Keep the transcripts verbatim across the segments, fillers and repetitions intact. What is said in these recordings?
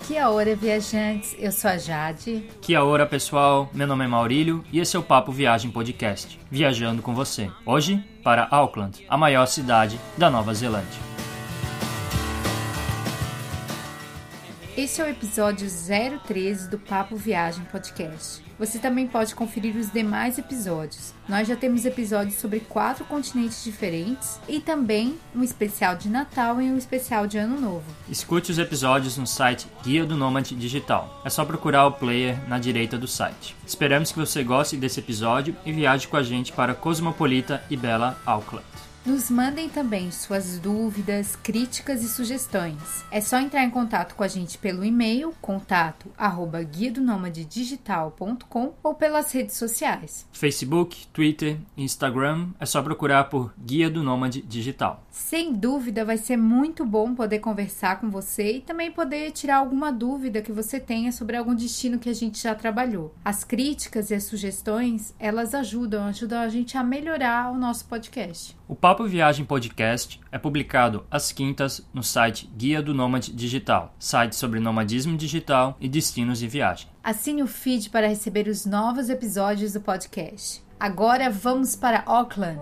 Kia ora, viajantes, eu sou a Jade. Kia ora, pessoal, meu nome é Maurílio e esse é o Papo Viagem Podcast, viajando com você. Hoje, para Auckland, a maior cidade da Nova Zelândia. Este é o episódio zero treze do Papo Viagem Podcast. Você também pode conferir os demais episódios. Nós já temos episódios sobre quatro continentes diferentes e também um especial de Natal e um especial de Ano Novo. Escute os episódios no site Guia do Nômade Digital. É só procurar o player na direita do site. Esperamos que você goste desse episódio e viaje com a gente para a cosmopolita e bela Auckland. Nos mandem também suas dúvidas, críticas e sugestões. É só entrar em contato com a gente pelo e-mail contato arroba guia do nômade digital ponto com ou pelas redes sociais. Facebook, Twitter e Instagram, é só procurar por Guia do Nômade Digital. Sem dúvida, vai ser muito bom poder conversar com você e também poder tirar alguma dúvida que você tenha sobre algum destino que a gente já trabalhou. As críticas e as sugestões, elas ajudam, ajudam a gente a melhorar o nosso podcast. O Papo Viagem Podcast é publicado às quintas no site Guia do Nômade Digital, site sobre nomadismo digital e destinos de viagem. Assine o feed para receber os novos episódios do podcast. Agora vamos para Auckland.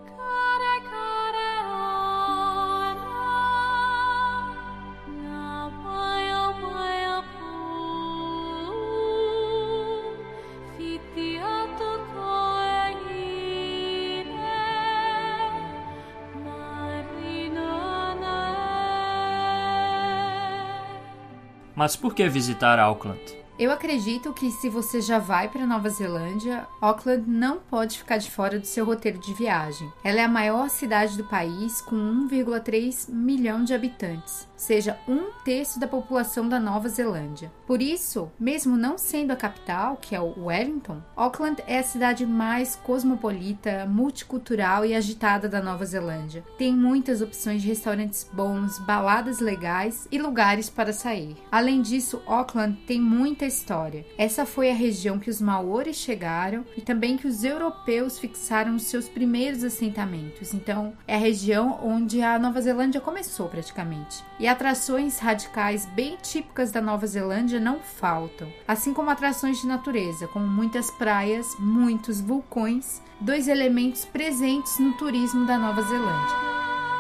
Mas por que visitar Auckland? Eu acredito que se você já vai para Nova Zelândia, Auckland não pode ficar de fora do seu roteiro de viagem. Ela é a maior cidade do país com um vírgula três milhão de habitantes, ou seja, um terço da população da Nova Zelândia. Por isso, mesmo não sendo a capital, que é o Wellington, Auckland é a cidade mais cosmopolita, multicultural e agitada da Nova Zelândia. Tem muitas opções de restaurantes bons, baladas legais e lugares para sair. Além disso, Auckland tem muita história. Essa foi a região que os maoris chegaram e também que os europeus fixaram os seus primeiros assentamentos. Então, é a região onde a Nova Zelândia começou praticamente. E atrações radicais bem típicas da Nova Zelândia não faltam, assim como atrações de natureza, como muitas praias, muitos vulcões, dois elementos presentes no turismo da Nova Zelândia.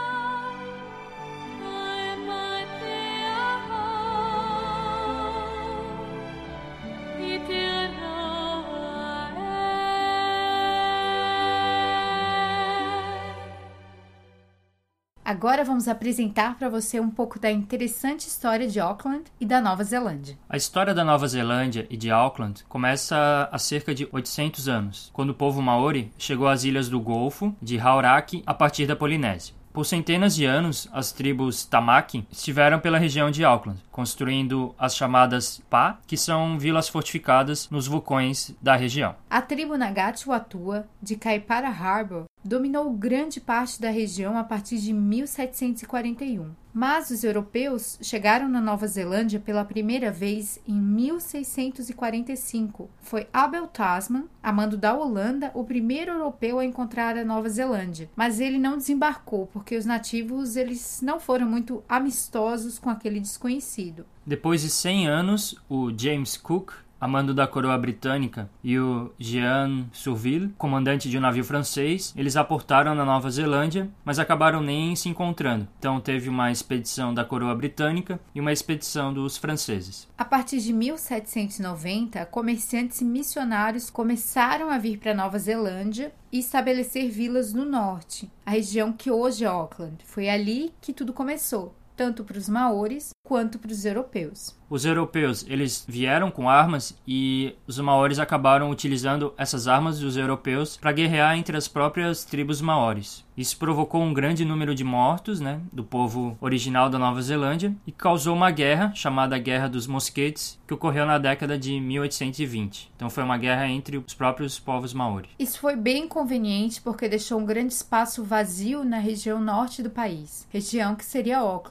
Agora vamos apresentar para você um pouco da interessante história de Auckland e da Nova Zelândia. A história da Nova Zelândia e de Auckland começa há cerca de oitocentos anos, quando o povo maori chegou às ilhas do Golfo de Hauraki a partir da Polinésia. Por centenas de anos, as tribos Tamaki estiveram pela região de Auckland, construindo as chamadas pā, que são vilas fortificadas nos vulcões da região. A tribo Ngati-Whotua, de Kaipara Harbour, dominou grande parte da região a partir de mil setecentos e quarenta e um. Mas os europeus chegaram na Nova Zelândia pela primeira vez em mil seiscentos e quarenta e cinco. Foi Abel Tasman, a mando da Holanda, o primeiro europeu a encontrar a Nova Zelândia. Mas ele não desembarcou, porque os nativos eles não foram muito amistosos com aquele desconhecido. Depois de cem anos, o James Cook, a mando da coroa britânica, e o Jean Surville, comandante de um navio francês, eles aportaram na Nova Zelândia, mas acabaram nem se encontrando. Então teve uma expedição da coroa britânica e uma expedição dos franceses. A partir de mil setecentos e noventa, comerciantes e missionários começaram a vir para Nova Zelândia e estabelecer vilas no norte, a região que hoje é Auckland. Foi ali que tudo começou, tanto para os maoris quanto para os europeus. Os europeus, eles vieram com armas e os maoris acabaram utilizando essas armas dos europeus para guerrear entre as próprias tribos maoris. Isso provocou um grande número de mortos, né, do povo original da Nova Zelândia e causou uma guerra chamada Guerra dos Mosquetes, que ocorreu na década de mil oitocentos e vinte. Então foi uma guerra entre os próprios povos maoris. Isso foi bem conveniente porque deixou um grande espaço vazio na região norte do país, região que seria Auckland.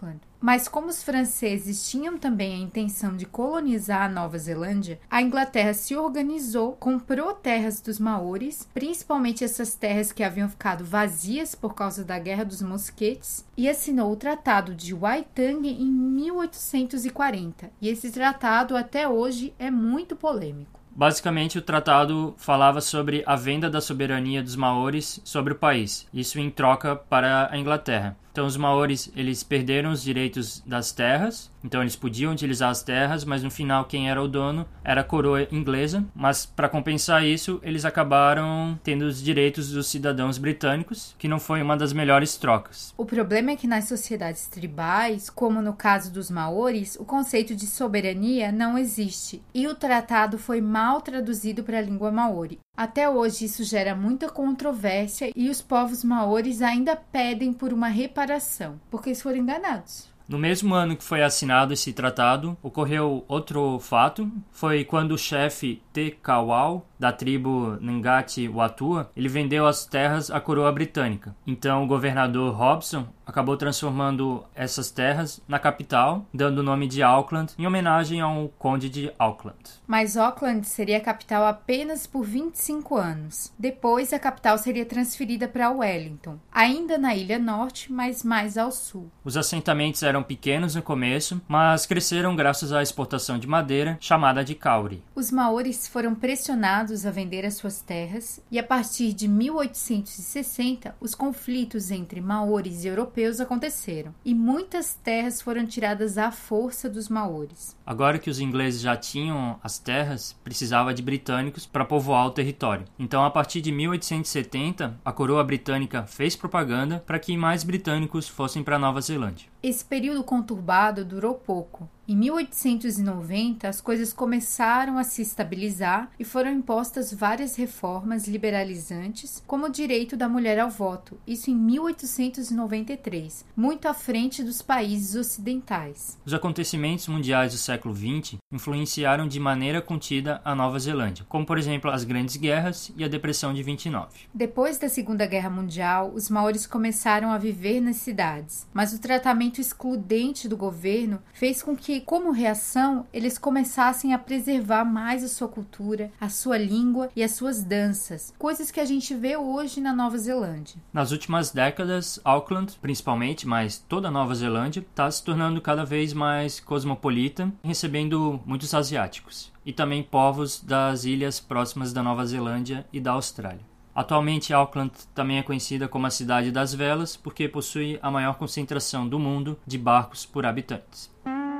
Auckland. Mas como os franceses tinham também a intenção de colonizar a Nova Zelândia, a Inglaterra se organizou, comprou terras dos maoris, principalmente essas terras que haviam ficado vazias por causa da Guerra dos Mosquetes, e assinou o Tratado de Waitangi em mil oitocentos e quarenta. E esse tratado até hoje é muito polêmico. Basicamente, o tratado falava sobre a venda da soberania dos maoris sobre o país, isso em troca para a Inglaterra. Então, os maoris, eles perderam os direitos das terras, então eles podiam utilizar as terras, mas no final quem era o dono era a coroa inglesa, mas para compensar isso, eles acabaram tendo os direitos dos cidadãos britânicos, que não foi uma das melhores trocas. O problema é que nas sociedades tribais, como no caso dos maoris, o conceito de soberania não existe, e o tratado foi mal traduzido para a língua maori. Até hoje isso gera muita controvérsia e os povos maoris ainda pedem por uma reparação, porque eles foram enganados. No mesmo ano que foi assinado esse tratado, ocorreu outro fato, foi quando o chefe Te Kawau, da tribo Ngati Watua, ele vendeu as terras à coroa britânica. Então o governador Hobson acabou transformando essas terras na capital, dando o nome de Auckland, em homenagem ao conde de Auckland. Mas Auckland seria a capital apenas por vinte e cinco anos. Depois a capital seria transferida para Wellington, ainda na Ilha Norte, mas mais ao sul. Os assentamentos eram pequenos no começo, mas cresceram graças à exportação de madeira, chamada de kauri. Os maoris foram pressionados a vender as suas terras, e a partir de mil oitocentos e sessenta, os conflitos entre maoris e europeus aconteceram, e muitas terras foram tiradas à força dos maoris. Agora que os ingleses já tinham as terras, precisava de britânicos para povoar o território. Então, a partir de mil oitocentos e setenta, a coroa britânica fez propaganda para que mais britânicos fossem para Nova Zelândia. Esse período conturbado durou pouco. Em mil oitocentos e noventa, as coisas começaram a se estabilizar e foram impostas várias reformas liberalizantes, como o direito da mulher ao voto, isso em mil oitocentos e noventa e três, muito à frente dos países ocidentais. Os acontecimentos mundiais do século vinte influenciaram de maneira contida a Nova Zelândia, como por exemplo as Grandes Guerras e a Depressão de vinte e nove. Depois da Segunda Guerra Mundial, os maoris começaram a viver nas cidades, mas o tratamento excludente do governo fez com que, como reação, eles começassem a preservar mais a sua cultura, a sua língua e as suas danças, coisas que a gente vê hoje na Nova Zelândia. Nas últimas décadas, Auckland, principalmente, mas toda a Nova Zelândia, está se tornando cada vez mais cosmopolita, recebendo muitos asiáticos e também povos das ilhas próximas da Nova Zelândia e da Austrália. Atualmente, Auckland também é conhecida como a Cidade das Velas porque possui a maior concentração do mundo de barcos por habitantes.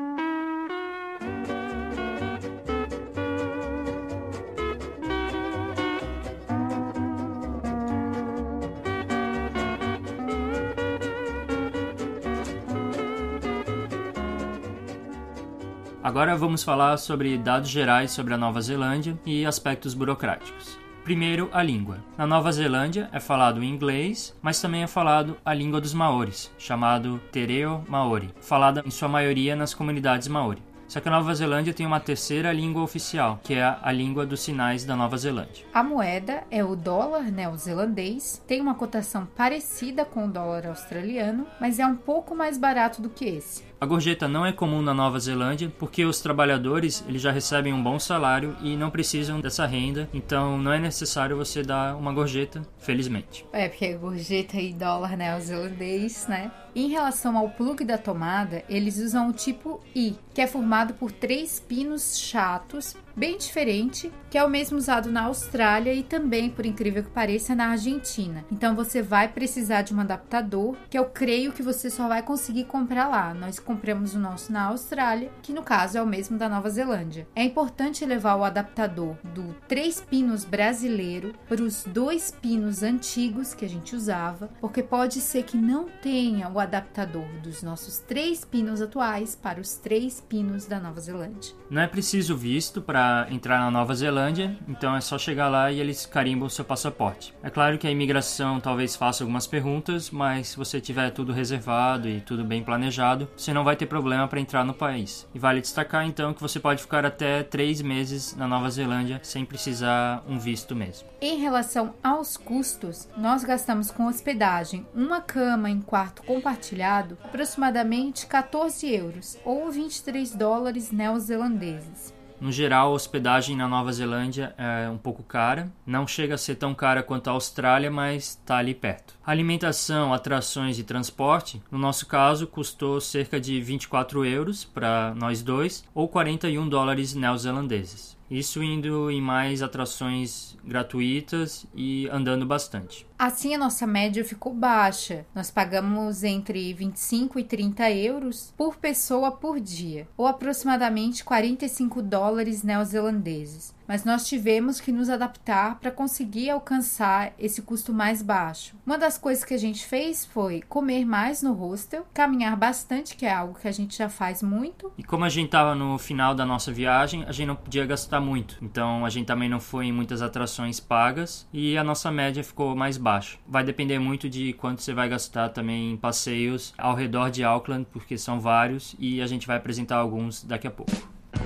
Agora vamos falar sobre dados gerais sobre a Nova Zelândia e aspectos burocráticos. Primeiro, a língua. Na Nova Zelândia é falado inglês, mas também é falado a língua dos maoris, chamado Te Reo Maori, falada em sua maioria nas comunidades maori. Só que a Nova Zelândia tem uma terceira língua oficial, que é a língua dos sinais da Nova Zelândia. A moeda é o dólar neozelandês, tem uma cotação parecida com o dólar australiano, mas é um pouco mais barato do que esse. A gorjeta não é comum na Nova Zelândia porque os trabalhadores eles já recebem um bom salário e não precisam dessa renda, então não é necessário você dar uma gorjeta, felizmente. É, porque a gorjeta e dólar neozelandês, né? Em relação ao plugue da tomada, eles usam o tipo I, que é formado por três pinos chatos, bem diferente, que é o mesmo usado na Austrália e também, por incrível que pareça, na Argentina. Então você vai precisar de um adaptador, que eu creio que você só vai conseguir comprar lá. Nós compramos o nosso na Austrália, que no caso é o mesmo da Nova Zelândia. É importante levar o adaptador do três pinos brasileiro para os dois pinos antigos que a gente usava, porque pode ser que não tenha o adaptador dos nossos três pinos atuais para os três pinos da Nova Zelândia. Não é preciso visto para entrar na Nova Zelândia, então é só chegar lá e eles carimbam o seu passaporte. É claro que a imigração talvez faça algumas perguntas, mas se você tiver tudo reservado e tudo bem planejado, você não não vai ter problema para entrar no país. E vale destacar então que você pode ficar até três meses na Nova Zelândia sem precisar um visto mesmo. Em relação aos custos, nós gastamos com hospedagem, uma cama em quarto compartilhado, aproximadamente catorze euros ou vinte e três dólares neozelandeses. No geral, a hospedagem na Nova Zelândia é um pouco cara. Não chega a ser tão cara quanto a Austrália, mas está ali perto. Alimentação, atrações e transporte, no nosso caso, custou cerca de vinte e quatro euros para nós dois, ou quarenta e um dólares neozelandeses. Isso indo em mais atrações gratuitas e andando bastante. Assim, a nossa média ficou baixa. Nós pagamos entre vinte e cinco e trinta euros por pessoa por dia, ou aproximadamente quarenta e cinco dólares neozelandeses. Mas nós tivemos que nos adaptar para conseguir alcançar esse custo mais baixo. Uma das coisas que a gente fez foi comer mais no hostel, caminhar bastante, que é algo que a gente já faz muito. E como a gente estava no final da nossa viagem, a gente não podia gastar muito. Então a gente também não foi em muitas atrações pagas e a nossa média ficou mais baixa. Vai depender muito de quanto você vai gastar também em passeios ao redor de Auckland, porque são vários e a gente vai apresentar alguns daqui a pouco.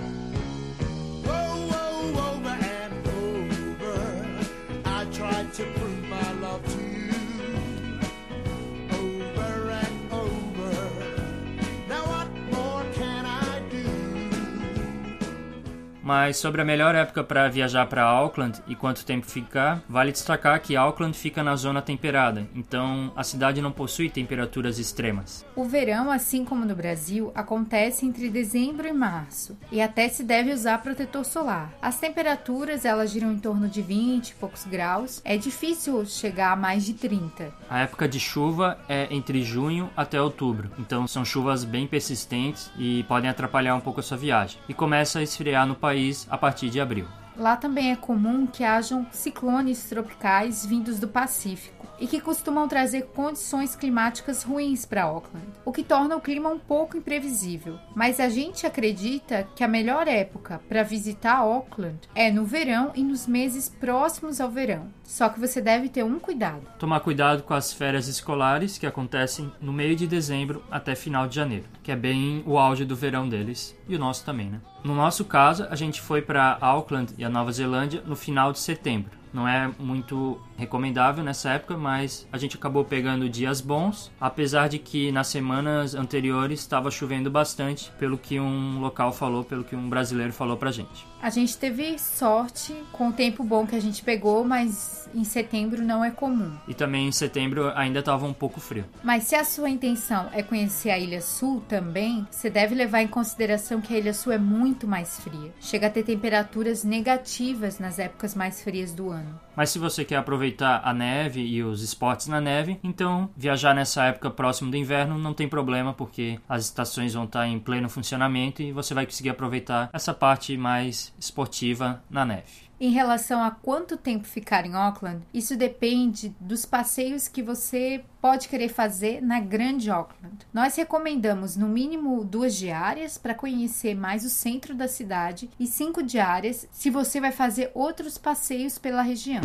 Mas sobre a melhor época para viajar para Auckland e quanto tempo ficar, vale destacar que Auckland fica na zona temperada, então a cidade não possui temperaturas extremas. O verão, assim como no Brasil, acontece entre dezembro e março, e até se deve usar protetor solar. As temperaturas, elas giram em torno de vinte e poucos graus, é difícil chegar a mais de trinta. A época de chuva é entre junho até outubro, então são chuvas bem persistentes e podem atrapalhar um pouco a sua viagem. E começa a esfriar no país a partir de abril. Lá também é comum que hajam ciclones tropicais vindos do Pacífico e que costumam trazer condições climáticas ruins para Auckland, o que torna o clima um pouco imprevisível. Mas a gente acredita que a melhor época para visitar Auckland é no verão e nos meses próximos ao verão. Só que você deve ter um cuidado. Tomar cuidado com as férias escolares que acontecem no meio de dezembro até final de janeiro, que é bem o auge do verão deles e o nosso também, né? No nosso caso, a gente foi para Auckland e a Nova Zelândia no final de setembro. Não é muito recomendável nessa época, mas a gente acabou pegando dias bons, apesar de que nas semanas anteriores estava chovendo bastante, pelo que um local falou, pelo que um brasileiro falou pra gente. A gente teve sorte com o tempo bom que a gente pegou, mas em setembro não é comum. E também em setembro ainda estava um pouco frio. Mas se a sua intenção é conhecer a Ilha Sul também, você deve levar em consideração que a Ilha Sul é muito mais fria. Chega a ter temperaturas negativas nas épocas mais frias do ano. Mas se você quer aproveitar a neve e os esportes na neve, então viajar nessa época próximo do inverno não tem problema, porque as estações vão estar em pleno funcionamento e você vai conseguir aproveitar essa parte mais esportiva na neve. Em relação a quanto tempo ficar em Auckland, isso depende dos passeios que você pode querer fazer na Grande Auckland. Nós recomendamos no mínimo duas diárias para conhecer mais o centro da cidade e cinco diárias se você vai fazer outros passeios pela região.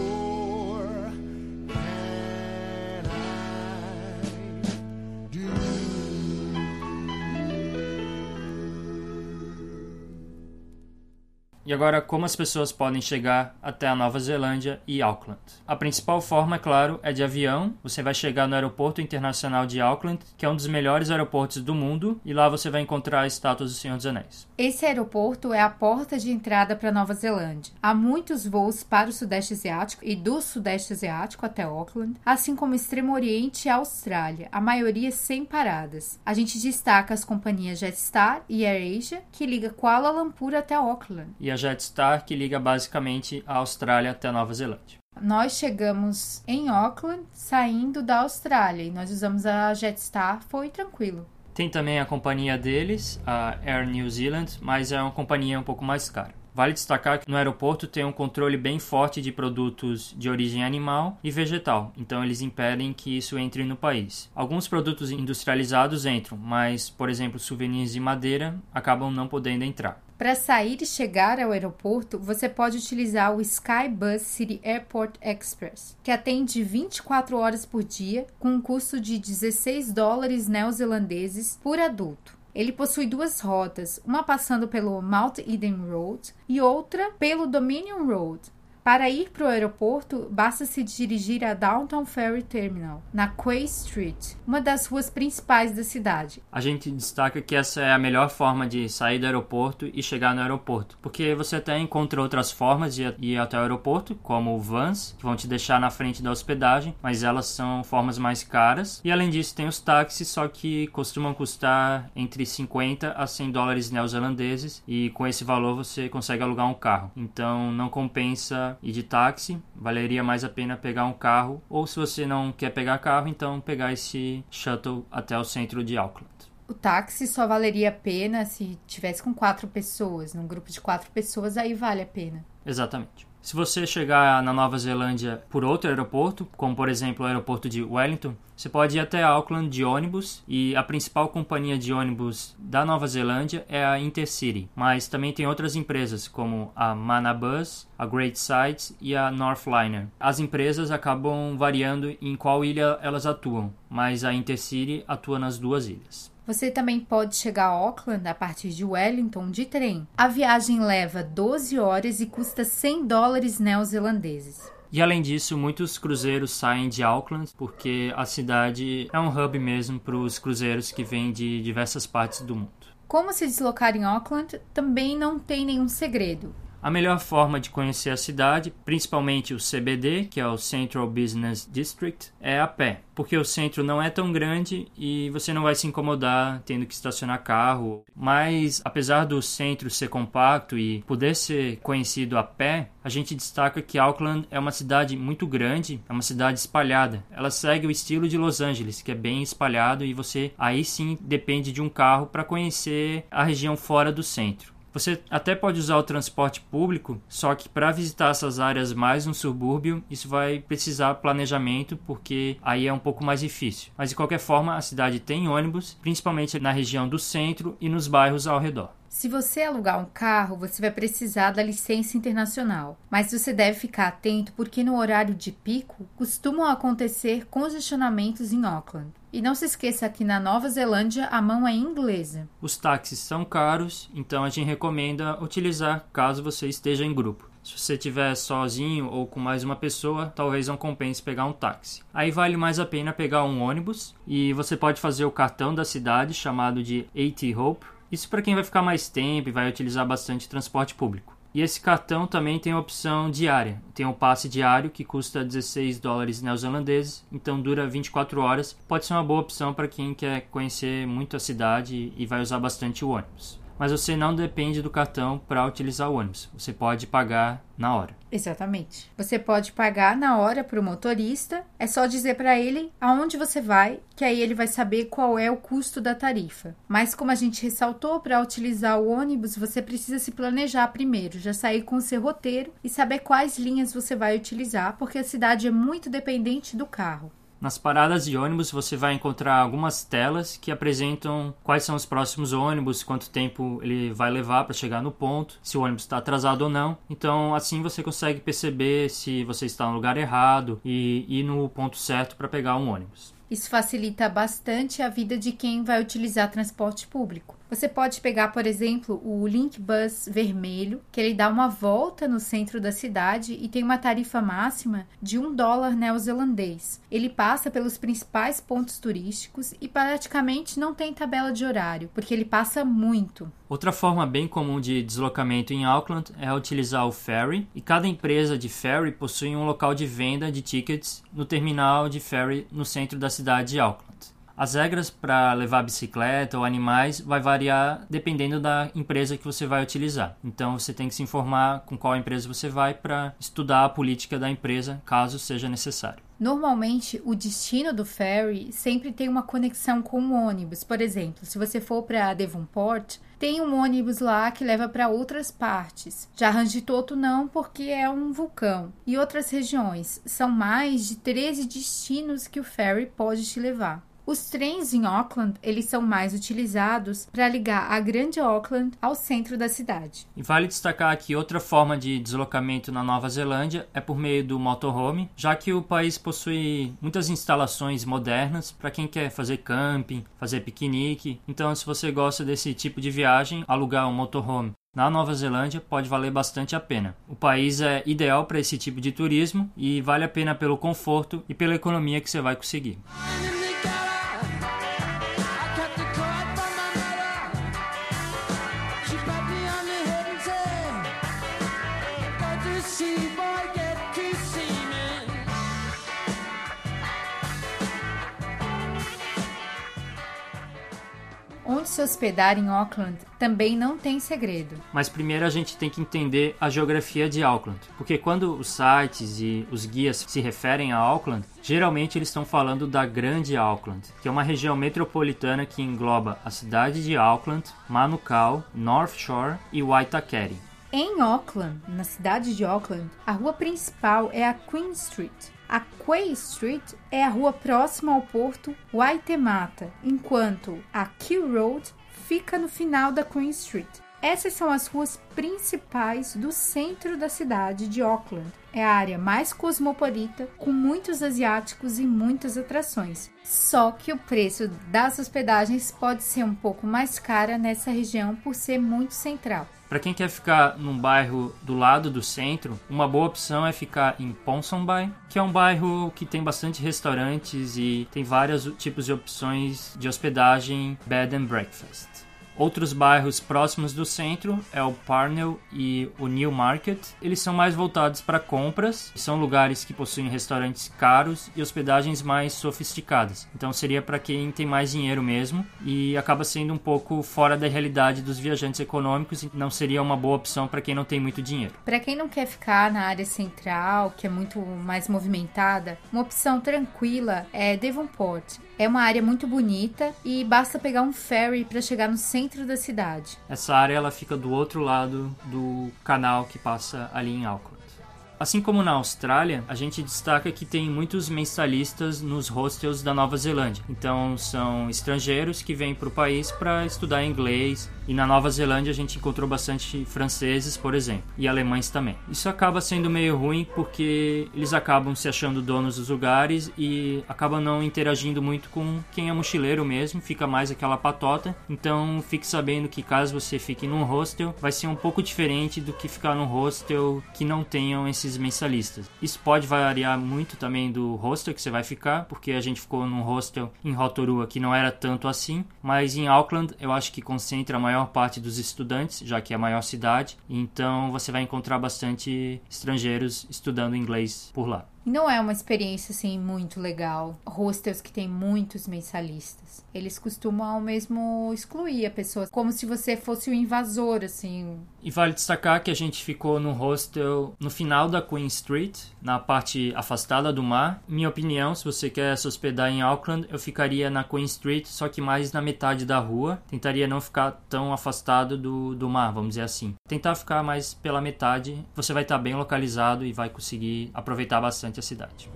E agora, como as pessoas podem chegar até a Nova Zelândia e Auckland? A principal forma, é claro, é de avião. Você vai chegar no Aeroporto Internacional de Auckland, que é um dos melhores aeroportos do mundo, e lá você vai encontrar a estátua do Senhor dos Anéis. Esse aeroporto é a porta de entrada para a Nova Zelândia. Há muitos voos para o Sudeste Asiático e do Sudeste Asiático até Auckland, assim como Extremo Oriente e Austrália, a maioria sem paradas. A gente destaca as companhias Jetstar e AirAsia, que liga Kuala Lumpur até Auckland. E a Jetstar, que liga basicamente a Austrália até a Nova Zelândia. Nós chegamos em Auckland saindo da Austrália e nós usamos a Jetstar, foi tranquilo. Tem também a companhia deles, a Air New Zealand, mas é uma companhia um pouco mais cara. Vale destacar que no aeroporto tem um controle bem forte de produtos de origem animal e vegetal, então eles impedem que isso entre no país. Alguns produtos industrializados entram, mas, por exemplo, souvenirs de madeira acabam não podendo entrar. Para sair e chegar ao aeroporto, você pode utilizar o Skybus City Airport Express, que atende vinte e quatro horas por dia, com um custo de dezesseis dólares neozelandeses por adulto. Ele possui duas rotas, uma passando pelo Mount Eden Road e outra pelo Dominion Road. Para ir para o aeroporto, basta se dirigir a Downtown Ferry Terminal, na Quay Street, uma das ruas principais da cidade. A gente destaca que essa é a melhor forma de sair do aeroporto e chegar no aeroporto, porque você até encontra outras formas de ir até o aeroporto, como vans, que vão te deixar na frente da hospedagem, mas elas são formas mais caras. E além disso tem os táxis, só que costumam custar entre cinquenta a cem dólares neozelandeses, e com esse valor você consegue alugar um carro. Então não compensa e de táxi, valeria mais a pena pegar um carro, ou se você não quer pegar carro, então pegar esse shuttle até o centro de Auckland. O táxi só valeria a pena se tivesse com quatro pessoas, num grupo de quatro pessoas, aí vale a pena. Exatamente. Se você chegar na Nova Zelândia por outro aeroporto, como por exemplo o aeroporto de Wellington, você pode ir até Auckland de ônibus, e a principal companhia de ônibus da Nova Zelândia é a Intercity, mas também tem outras empresas como a Manabus, a Great Sights e a Northliner. As empresas acabam variando em qual ilha elas atuam, mas a Intercity atua nas duas ilhas. Você também pode chegar a Auckland a partir de Wellington de trem. A viagem leva doze horas e custa cem dólares neozelandeses. E além disso, muitos cruzeiros saem de Auckland porque a cidade é um hub mesmo para os cruzeiros que vêm de diversas partes do mundo. Como se deslocar em Auckland também não tem nenhum segredo. A melhor forma de conhecer a cidade, principalmente o C B D, que é o Central Business District, é a pé, porque o centro não é tão grande e você não vai se incomodar tendo que estacionar carro. Mas, apesar do centro ser compacto e poder ser conhecido a pé, a gente destaca que Auckland é uma cidade muito grande, é uma cidade espalhada. Ela segue o estilo de Los Angeles, que é bem espalhado, e você aí sim depende de um carro para conhecer a região fora do centro. Você até pode usar o transporte público, só que para visitar essas áreas mais no subúrbio, isso vai precisar planejamento, porque aí é um pouco mais difícil. Mas de qualquer forma, a cidade tem ônibus, principalmente na região do centro e nos bairros ao redor. Se você alugar um carro, você vai precisar da licença internacional, mas você deve ficar atento porque no horário de pico costumam acontecer congestionamentos em Auckland. E não se esqueça que na Nova Zelândia a mão é inglesa. Os táxis são caros, então a gente recomenda utilizar caso você esteja em grupo. Se você estiver sozinho ou com mais uma pessoa, talvez não compense pegar um táxi. Aí vale mais a pena pegar um ônibus, e você pode fazer o cartão da cidade, chamado de A T Hope. Isso para quem vai ficar mais tempo e vai utilizar bastante transporte público. E esse cartão também tem a opção diária. Tem um passe diário que custa dezesseis dólares neozelandeses, então dura vinte e quatro horas. Pode ser uma boa opção para quem quer conhecer muito a cidade e vai usar bastante o ônibus. Mas você não depende do cartão para utilizar o ônibus. Você pode pagar na hora. Exatamente. Você pode pagar na hora para o motorista. É só dizer para ele aonde você vai, que aí ele vai saber qual é o custo da tarifa. Mas como a gente ressaltou, para utilizar o ônibus, você precisa se planejar primeiro, já sair com o seu roteiro e saber quais linhas você vai utilizar, porque a cidade é muito dependente do carro. Nas paradas de ônibus você vai encontrar algumas telas que apresentam quais são os próximos ônibus, quanto tempo ele vai levar para chegar no ponto, se o ônibus está atrasado ou não. Então assim você consegue perceber se você está no lugar errado e ir no ponto certo para pegar um ônibus. Isso facilita bastante a vida de quem vai utilizar transporte público. Você pode pegar, por exemplo, o Link Bus vermelho, que ele dá uma volta no centro da cidade e tem uma tarifa máxima de um dólar neozelandês. Ele passa pelos principais pontos turísticos e praticamente não tem tabela de horário, porque ele passa muito. Outra forma bem comum de deslocamento em Auckland é utilizar o ferry, e cada empresa de ferry possui um local de venda de tickets no terminal de ferry no centro da cidade de Auckland. As regras para levar bicicleta ou animais vai variar dependendo da empresa que você vai utilizar. Então você tem que se informar com qual empresa você vai para estudar a política da empresa, caso seja necessário. Normalmente, o destino do ferry sempre tem uma conexão com o ônibus. Por exemplo, se você for para Devonport, tem um ônibus lá que leva para outras partes. Já Rangitoto não, porque é um vulcão. E outras regiões. São mais de treze destinos que o ferry pode te levar. Os trens em Auckland, eles são mais utilizados para ligar a grande Auckland ao centro da cidade. E vale destacar que outra forma de deslocamento na Nova Zelândia é por meio do motorhome, já que o país possui muitas instalações modernas para quem quer fazer camping, fazer piquenique. Então, se você gosta desse tipo de viagem, alugar um motorhome na Nova Zelândia pode valer bastante a pena. O país é ideal para esse tipo de turismo e vale a pena pelo conforto e pela economia que você vai conseguir. Onde se hospedar em Auckland também não tem segredo. Mas primeiro a gente tem que entender a geografia de Auckland, porque quando os sites e os guias se referem a Auckland, geralmente eles estão falando da Grande Auckland, que é uma região metropolitana que engloba a cidade de Auckland, Manukau, North Shore e Waitakere. Em Auckland, na cidade de Auckland, a rua principal é a Queen Street. A Quay Street é a rua próxima ao porto Waitemata, enquanto a Quay Road fica no final da Queen Street. Essas são as ruas principais do centro da cidade de Auckland. É a área mais cosmopolita, com muitos asiáticos e muitas atrações. Só que o preço das hospedagens pode ser um pouco mais cara nessa região por ser muito central. Para quem quer ficar num bairro do lado do centro, uma boa opção é ficar em Ponsonby, que é um bairro que tem bastante restaurantes e tem vários tipos de opções de hospedagem bed and breakfast. Outros bairros próximos do centro é o Parnell e o Newmarket. Eles são mais voltados para compras, são lugares que possuem restaurantes caros e hospedagens mais sofisticadas. Então seria para quem tem mais dinheiro mesmo e acaba sendo um pouco fora da realidade dos viajantes econômicos e não seria uma boa opção para quem não tem muito dinheiro. Para quem não quer ficar na área central, que é muito mais movimentada, uma opção tranquila é Devonport. É uma área muito bonita e basta pegar um ferry para chegar no centro da cidade. Essa área ela fica do outro lado do canal que passa ali em Auckland. Assim como na Austrália, a gente destaca que tem muitos mensalistas nos hostels da Nova Zelândia. Então são estrangeiros que vêm para o país para estudar inglês. E na Nova Zelândia a gente encontrou bastante franceses, por exemplo, e alemães também. Isso acaba sendo meio ruim porque eles acabam se achando donos dos lugares e acabam não interagindo muito com quem é mochileiro mesmo, fica mais aquela patota. Então fique sabendo que caso você fique num hostel, vai ser um pouco diferente do que ficar num hostel que não tenham esses mensalistas. Isso pode variar muito também do hostel que você vai ficar, porque a gente ficou num hostel em Rotorua que não era tanto assim, mas em Auckland eu acho que concentra a maior parte dos estudantes, já que é a maior cidade, então você vai encontrar bastante estrangeiros estudando inglês por lá. Não é uma experiência assim muito legal. Hostels que tem muitos mensalistas, eles costumam mesmo excluir a pessoa, como se você fosse o invasor, assim. E vale destacar que a gente ficou no hostel no final da Queen Street, na parte afastada do mar. Minha opinião, se você quer se hospedar em Auckland, eu ficaria na Queen Street, só que mais na metade da rua. Tentaria não ficar tão afastado do, do mar, vamos dizer assim. Tentar ficar mais pela metade, você vai estar bem localizado e vai conseguir aproveitar bastante a cidade.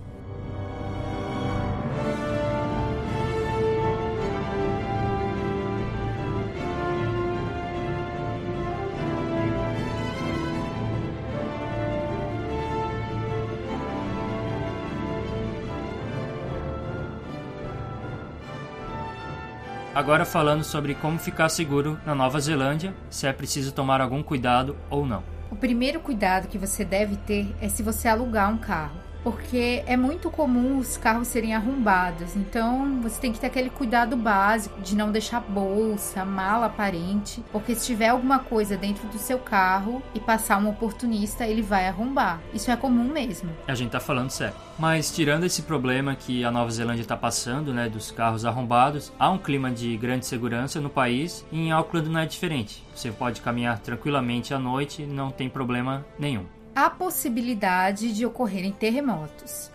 Agora falando sobre como ficar seguro na Nova Zelândia, se é preciso tomar algum cuidado ou não. O primeiro cuidado que você deve ter é se você alugar um carro, porque é muito comum os carros serem arrombados, então você tem que ter aquele cuidado básico de não deixar bolsa, mala aparente, porque se tiver alguma coisa dentro do seu carro e passar um oportunista, ele vai arrombar. Isso é comum mesmo. A gente tá falando sério. Mas tirando esse problema que a Nova Zelândia está passando, né, dos carros arrombados, há um clima de grande segurança no país e em Auckland não é diferente. Você pode caminhar tranquilamente à noite, não tem problema nenhum. Há possibilidade de ocorrerem terremotos.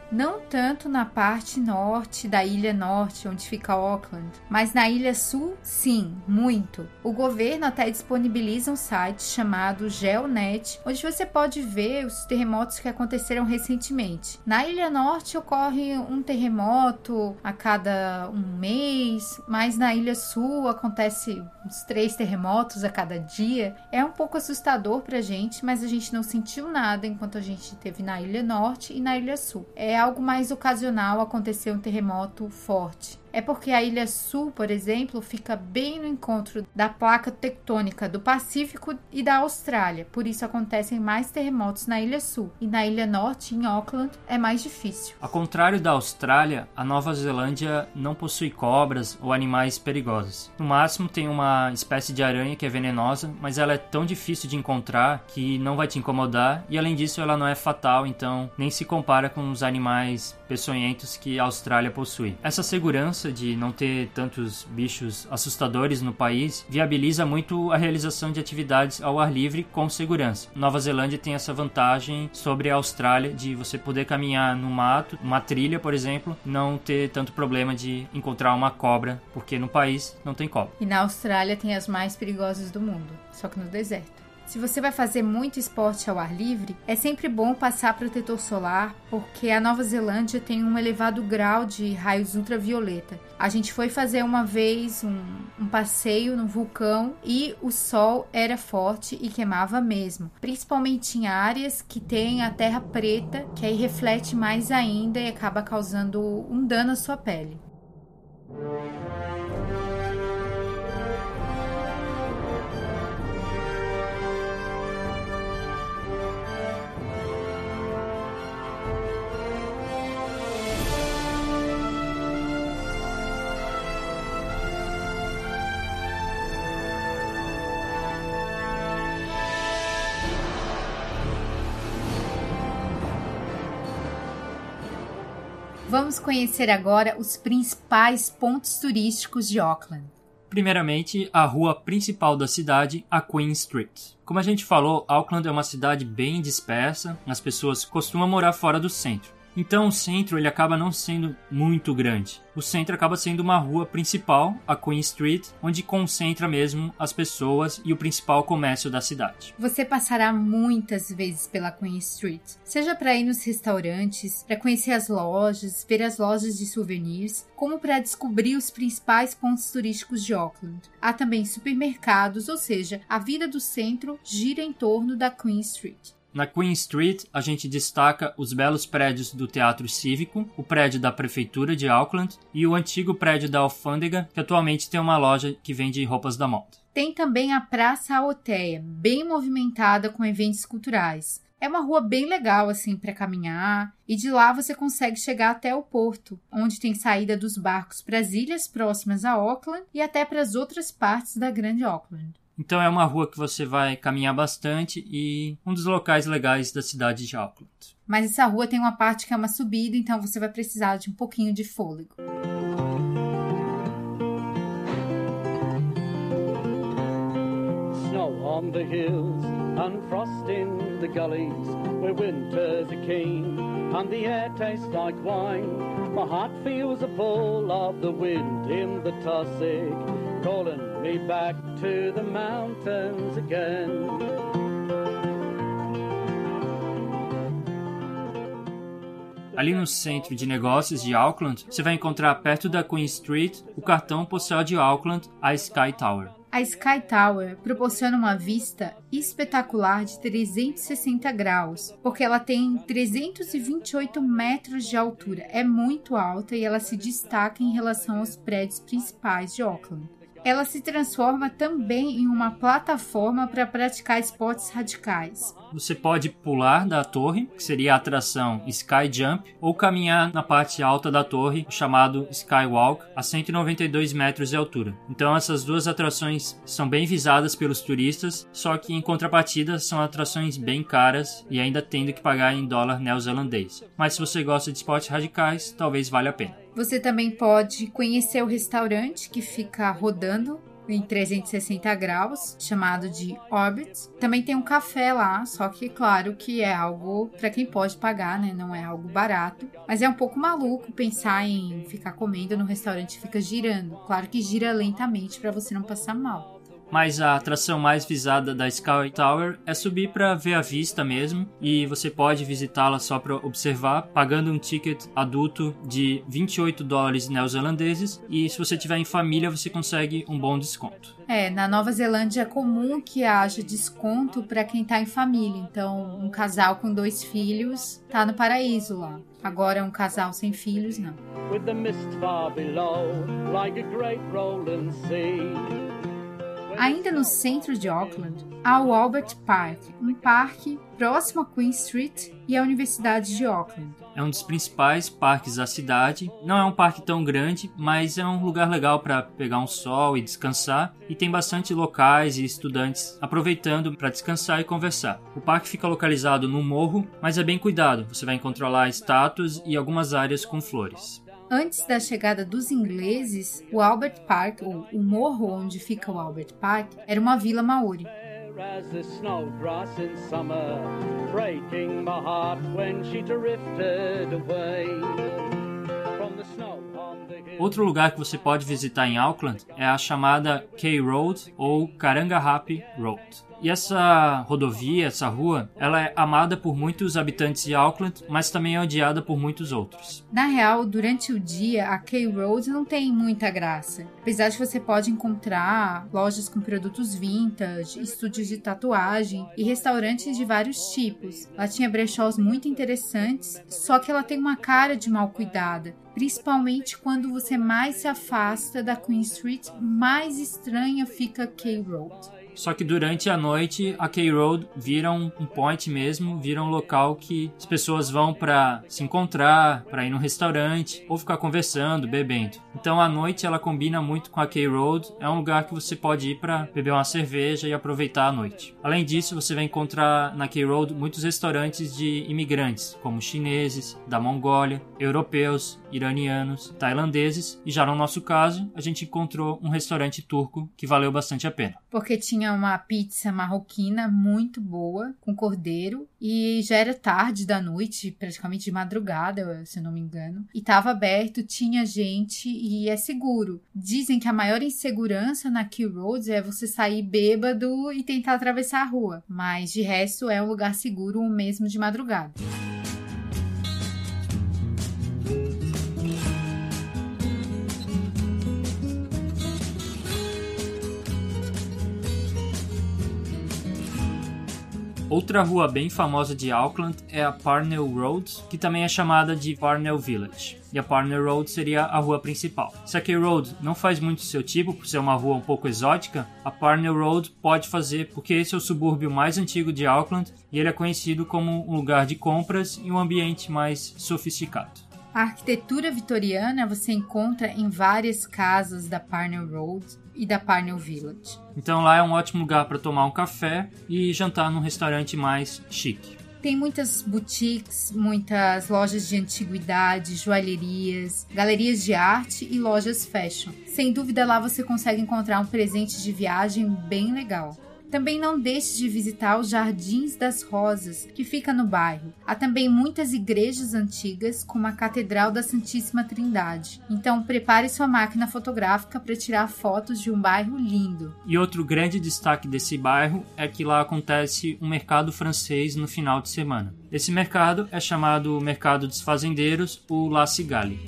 Não tanto na parte norte da Ilha Norte, onde fica Auckland, mas na Ilha Sul, sim, muito. O governo até disponibiliza um site chamado GeoNet, onde você pode ver os terremotos que aconteceram recentemente. Na Ilha Norte ocorre um terremoto a cada um mês, mas na Ilha Sul acontece uns três terremotos a cada dia. É um pouco assustador pra gente, mas a gente não sentiu nada enquanto a gente esteve na Ilha Norte e na Ilha Sul. É algo mais ocasional acontecer um terremoto forte. É porque a Ilha Sul, por exemplo, fica bem no encontro da placa tectônica do Pacífico e da Austrália. Por isso acontecem mais terremotos na Ilha Sul. E na Ilha Norte, em Auckland, é mais difícil. Ao contrário da Austrália, a Nova Zelândia não possui cobras ou animais perigosos. No máximo tem uma espécie de aranha que é venenosa, mas ela é tão difícil de encontrar que não vai te incomodar. E além disso, ela não é fatal, então nem se compara com os animais peçonhentos que a Austrália possui. Essa segurança de não ter tantos bichos assustadores no país viabiliza muito a realização de atividades ao ar livre com segurança. Nova Zelândia tem essa vantagem sobre a Austrália de você poder caminhar no mato, uma trilha, por exemplo, não ter tanto problema de encontrar uma cobra, porque no país não tem cobra. E na Austrália tem as mais perigosas do mundo, só que no deserto. Se você vai fazer muito esporte ao ar livre, é sempre bom passar protetor solar, porque a Nova Zelândia tem um elevado grau de raios ultravioleta. A gente foi fazer uma vez um, um passeio no vulcão e o sol era forte e queimava mesmo, principalmente em áreas que tem a terra preta, que aí reflete mais ainda e acaba causando um dano à sua pele. Vamos conhecer agora os principais pontos turísticos de Auckland. Primeiramente, a rua principal da cidade, a Queen Street. Como a gente falou, Auckland é uma cidade bem dispersa, as pessoas costumam morar fora do centro. Então o centro ele acaba não sendo muito grande. O centro acaba sendo uma rua principal, a Queen Street, onde concentra mesmo as pessoas e o principal comércio da cidade. Você passará muitas vezes pela Queen Street, seja para ir nos restaurantes, para conhecer as lojas, ver as lojas de souvenirs, como para descobrir os principais pontos turísticos de Auckland. Há também supermercados, ou seja, a vida do centro gira em torno da Queen Street. Na Queen Street, a gente destaca os belos prédios do Teatro Cívico, o prédio da Prefeitura de Auckland e o antigo prédio da Alfândega, que atualmente tem uma loja que vende roupas da moda. Tem também a Praça Aoteia, bem movimentada com eventos culturais. É uma rua bem legal assim para caminhar e de lá você consegue chegar até o porto, onde tem saída dos barcos para as ilhas próximas a Auckland e até para as outras partes da Grande Auckland. Então é uma rua que você vai caminhar bastante e um dos locais legais da cidade de Auckland. Mas essa rua tem uma parte que é uma subida, então você vai precisar de um pouquinho de fôlego. Snow on the hills and frost in the gullies where winters are keen and the air tastes like wine. My heart feels the pull of the wind in the tussock, calling me back to the mountains again. Ali no centro de negócios de Auckland, você vai encontrar perto da Queen Street o cartão postal de Auckland, a Sky Tower. A Sky Tower proporciona uma vista espetacular de trezentos e sessenta graus, porque ela tem trezentos e vinte e oito metros de altura. É muito alta e ela se destaca em relação aos prédios principais de Auckland. Ela se transforma também em uma plataforma para praticar esportes radicais. Você pode pular da torre, que seria a atração Sky Jump, ou caminhar na parte alta da torre, chamado Skywalk, a cento e noventa e dois metros de altura. Então essas duas atrações são bem visadas pelos turistas, só que em contrapartida são atrações bem caras e ainda tendo que pagar em dólar neozelandês. Mas se você gosta de esportes radicais, talvez valha a pena. Você também pode conhecer o restaurante que fica rodando em trezentos e sessenta graus, chamado de Orbit. Também tem um café lá, só que claro que é algo para quem pode pagar, né? Não é algo barato. Mas é um pouco maluco pensar em ficar comendo no restaurante e fica girando. Claro que gira lentamente para você não passar mal. Mas a atração mais visada da Sky Tower é subir para ver a vista mesmo, e você pode visitá-la só para observar, pagando um ticket adulto de vinte e oito dólares neozelandeses, e se você tiver em família você consegue um bom desconto. É, na Nova Zelândia é comum que haja desconto para quem tá em família, então um casal com dois filhos tá no paraíso lá. Agora um casal sem filhos, não. With the mist far below, like a great rolling sea. Ainda no centro de Auckland, há o Albert Park, um parque próximo a Queen Street e à Universidade de Auckland. É um dos principais parques da cidade. Não é um parque tão grande, mas é um lugar legal para pegar um sol e descansar. E tem bastante locais e estudantes aproveitando para descansar e conversar. O parque fica localizado no morro, mas é bem cuidado. Você vai encontrar lá estátuas e algumas áreas com flores. Antes da chegada dos ingleses, o Albert Park, ou o morro onde fica o Albert Park, era uma vila maori. As the snowgrass in summer, breaking my heart when she drifted away from the snow on the hill. Outro lugar que você pode visitar em Auckland é a chamada Key Road ou Karangahape Road. E essa rodovia, essa rua, ela é amada por muitos habitantes de Auckland, mas também é odiada por muitos outros. Na real, durante o dia, a Key Road não tem muita graça. Apesar de que você pode encontrar lojas com produtos vintage, estúdios de tatuagem e restaurantes de vários tipos. Ela tinha brechós muito interessantes, só que ela tem uma cara de mal cuidada. Principalmente quando você mais se afasta da Queen Street, mais estranha fica a Key Road. Só que durante a noite, a Key Road vira um point mesmo, vira um local que as pessoas vão para se encontrar, para ir no restaurante ou ficar conversando, bebendo. Então à noite ela combina muito com a Key Road, é um lugar que você pode ir para beber uma cerveja e aproveitar a noite. Além disso, você vai encontrar na Key Road muitos restaurantes de imigrantes, como chineses, da Mongólia, europeus, iranianos, tailandeses, e já no nosso caso, a gente encontrou um restaurante turco que valeu bastante a pena. Porque tinha uma pizza marroquina muito boa, com cordeiro, e já era tarde da noite, praticamente de madrugada, se eu não me engano, e estava aberto, tinha gente e é seguro. Dizem que a maior insegurança na Key Road é você sair bêbado e tentar atravessar a rua, mas de resto é um lugar seguro mesmo de madrugada. Outra rua bem famosa de Auckland é a Parnell Road, que também é chamada de Parnell Village. E a Parnell Road seria a rua principal. Se a Key Road não faz muito seu tipo, por ser uma rua um pouco exótica, a Parnell Road pode fazer, porque esse é o subúrbio mais antigo de Auckland e ele é conhecido como um lugar de compras e um ambiente mais sofisticado. A arquitetura vitoriana você encontra em várias casas da Parnell Road e da Parnell Village. Então lá é um ótimo lugar para tomar um café e jantar num restaurante mais chique. Tem muitas boutiques, muitas lojas de antiguidade, joalherias, galerias de arte e lojas fashion. Sem dúvida lá você consegue encontrar um presente de viagem bem legal. Também não deixe de visitar os Jardins das Rosas, que fica no bairro. Há também muitas igrejas antigas, como a Catedral da Santíssima Trindade. Então prepare sua máquina fotográfica para tirar fotos de um bairro lindo. E outro grande destaque desse bairro é que lá acontece um mercado francês no final de semana. Esse mercado é chamado Mercado dos Fazendeiros, o La Cigale.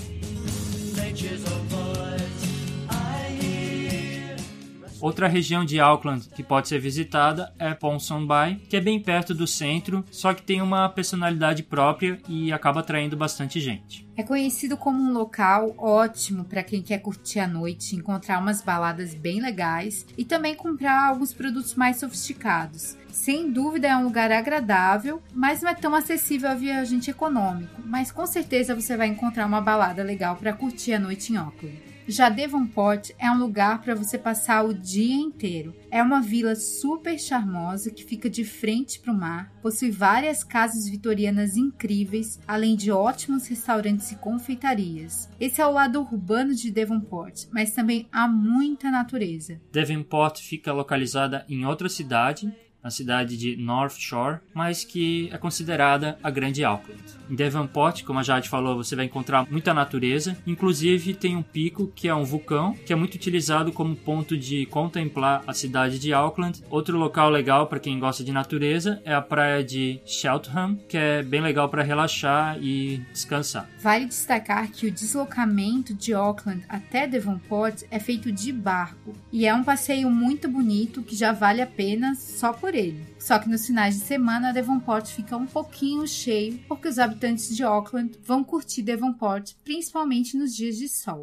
Outra região de Auckland que pode ser visitada é Ponsonby Bay, que é bem perto do centro, só que tem uma personalidade própria e acaba atraindo bastante gente. É conhecido como um local ótimo para quem quer curtir a noite, encontrar umas baladas bem legais e também comprar alguns produtos mais sofisticados. Sem dúvida é um lugar agradável, mas não é tão acessível a viajante econômico, mas com certeza você vai encontrar uma balada legal para curtir a noite em Auckland. Já Devonport é um lugar para você passar o dia inteiro. É uma vila super charmosa que fica de frente para o mar, possui várias casas vitorianas incríveis, além de ótimos restaurantes e confeitarias. Esse é o lado urbano de Devonport, mas também há muita natureza. Devonport fica localizada em outra cidade, na cidade de North Shore, mas que é considerada a Grande Auckland. Em Devonport, como a Jade falou, você vai encontrar muita natureza, inclusive tem um pico que é um vulcão, que é muito utilizado como ponto de contemplar a cidade de Auckland. Outro local legal para quem gosta de natureza é a praia de Cheltenham, que é bem legal para relaxar e descansar. Vale destacar que o deslocamento de Auckland até Devonport é feito de barco, e é um passeio muito bonito que já vale a pena só por ele. Só que nos finais de semana, Devonport fica um pouquinho cheio, porque os habitantes de Auckland vão curtir Devonport, principalmente nos dias de sol.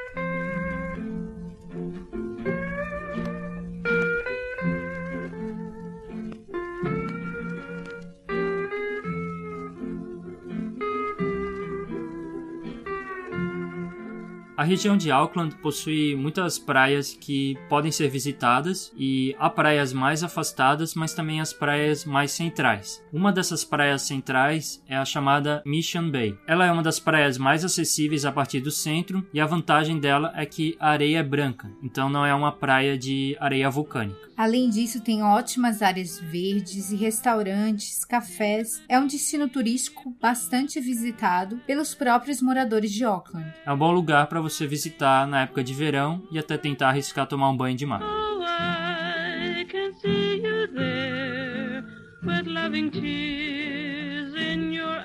A região de Auckland possui muitas praias que podem ser visitadas e há praias mais afastadas, mas também as praias mais centrais. Uma dessas praias centrais é a chamada Mission Bay. Ela é uma das praias mais acessíveis a partir do centro e a vantagem dela é que a areia é branca, então não é uma praia de areia vulcânica. Além disso, tem ótimas áreas verdes e restaurantes, cafés. É um destino turístico bastante visitado pelos próprios moradores de Auckland. É um bom lugar para você visitar na época de verão e até tentar arriscar tomar um banho de mar. Oh, I can see you there, with loving tears in your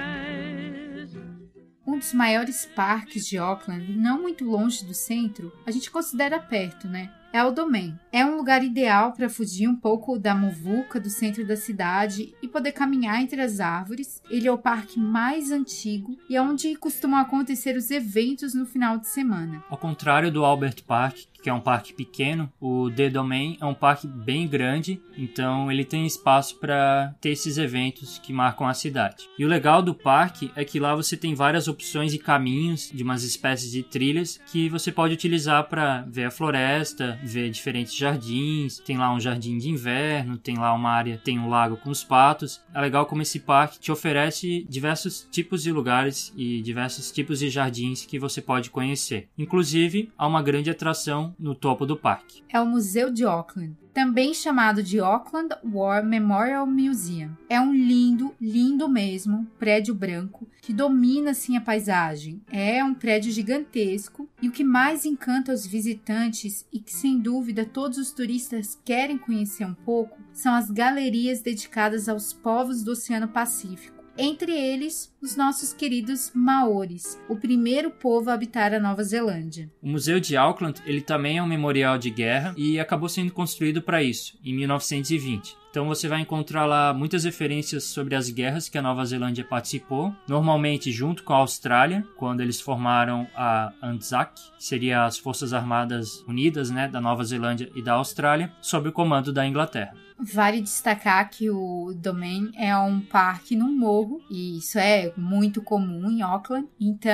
eyes. Um dos maiores parques de Auckland, não muito longe do centro, a gente considera perto, né? É o Domain. É um lugar ideal para fugir um pouco da muvuca do centro da cidade e poder caminhar entre as árvores. Ele é o parque mais antigo e é onde costumam acontecer os eventos no final de semana. Ao contrário do Albert Park, que é um parque pequeno, o The Domain é um parque bem grande, então ele tem espaço para ter esses eventos que marcam a cidade. E o legal do parque é que lá você tem várias opções e caminhos de umas espécies de trilhas que você pode utilizar para ver a floresta, ver diferentes jardins. Tem lá um jardim de inverno, tem lá uma área, tem um lago com os patos. É legal como esse parque te oferece diversos tipos de lugares e diversos tipos de jardins que você pode conhecer. Inclusive, há uma grande atração no topo do parque. É o Museu de Auckland, também chamado de Auckland War Memorial Museum. É um lindo, lindo mesmo, prédio branco que domina assim a paisagem. É um prédio gigantesco e o que mais encanta os visitantes e que sem dúvida todos os turistas querem conhecer um pouco são as galerias dedicadas aos povos do Oceano Pacífico. Entre eles, os nossos queridos Maoris, o primeiro povo a habitar a Nova Zelândia. O Museu de Auckland ele também é um memorial de guerra e acabou sendo construído para isso, em mil novecentos e vinte. Então você vai encontrar lá muitas referências sobre as guerras que a Nova Zelândia participou, normalmente junto com a Austrália, quando eles formaram a ANZAC, que seria as Forças Armadas Unidas, né, da Nova Zelândia e da Austrália, sob o comando da Inglaterra. Vale destacar que o Domain é um parque num morro, e isso é muito comum em Auckland,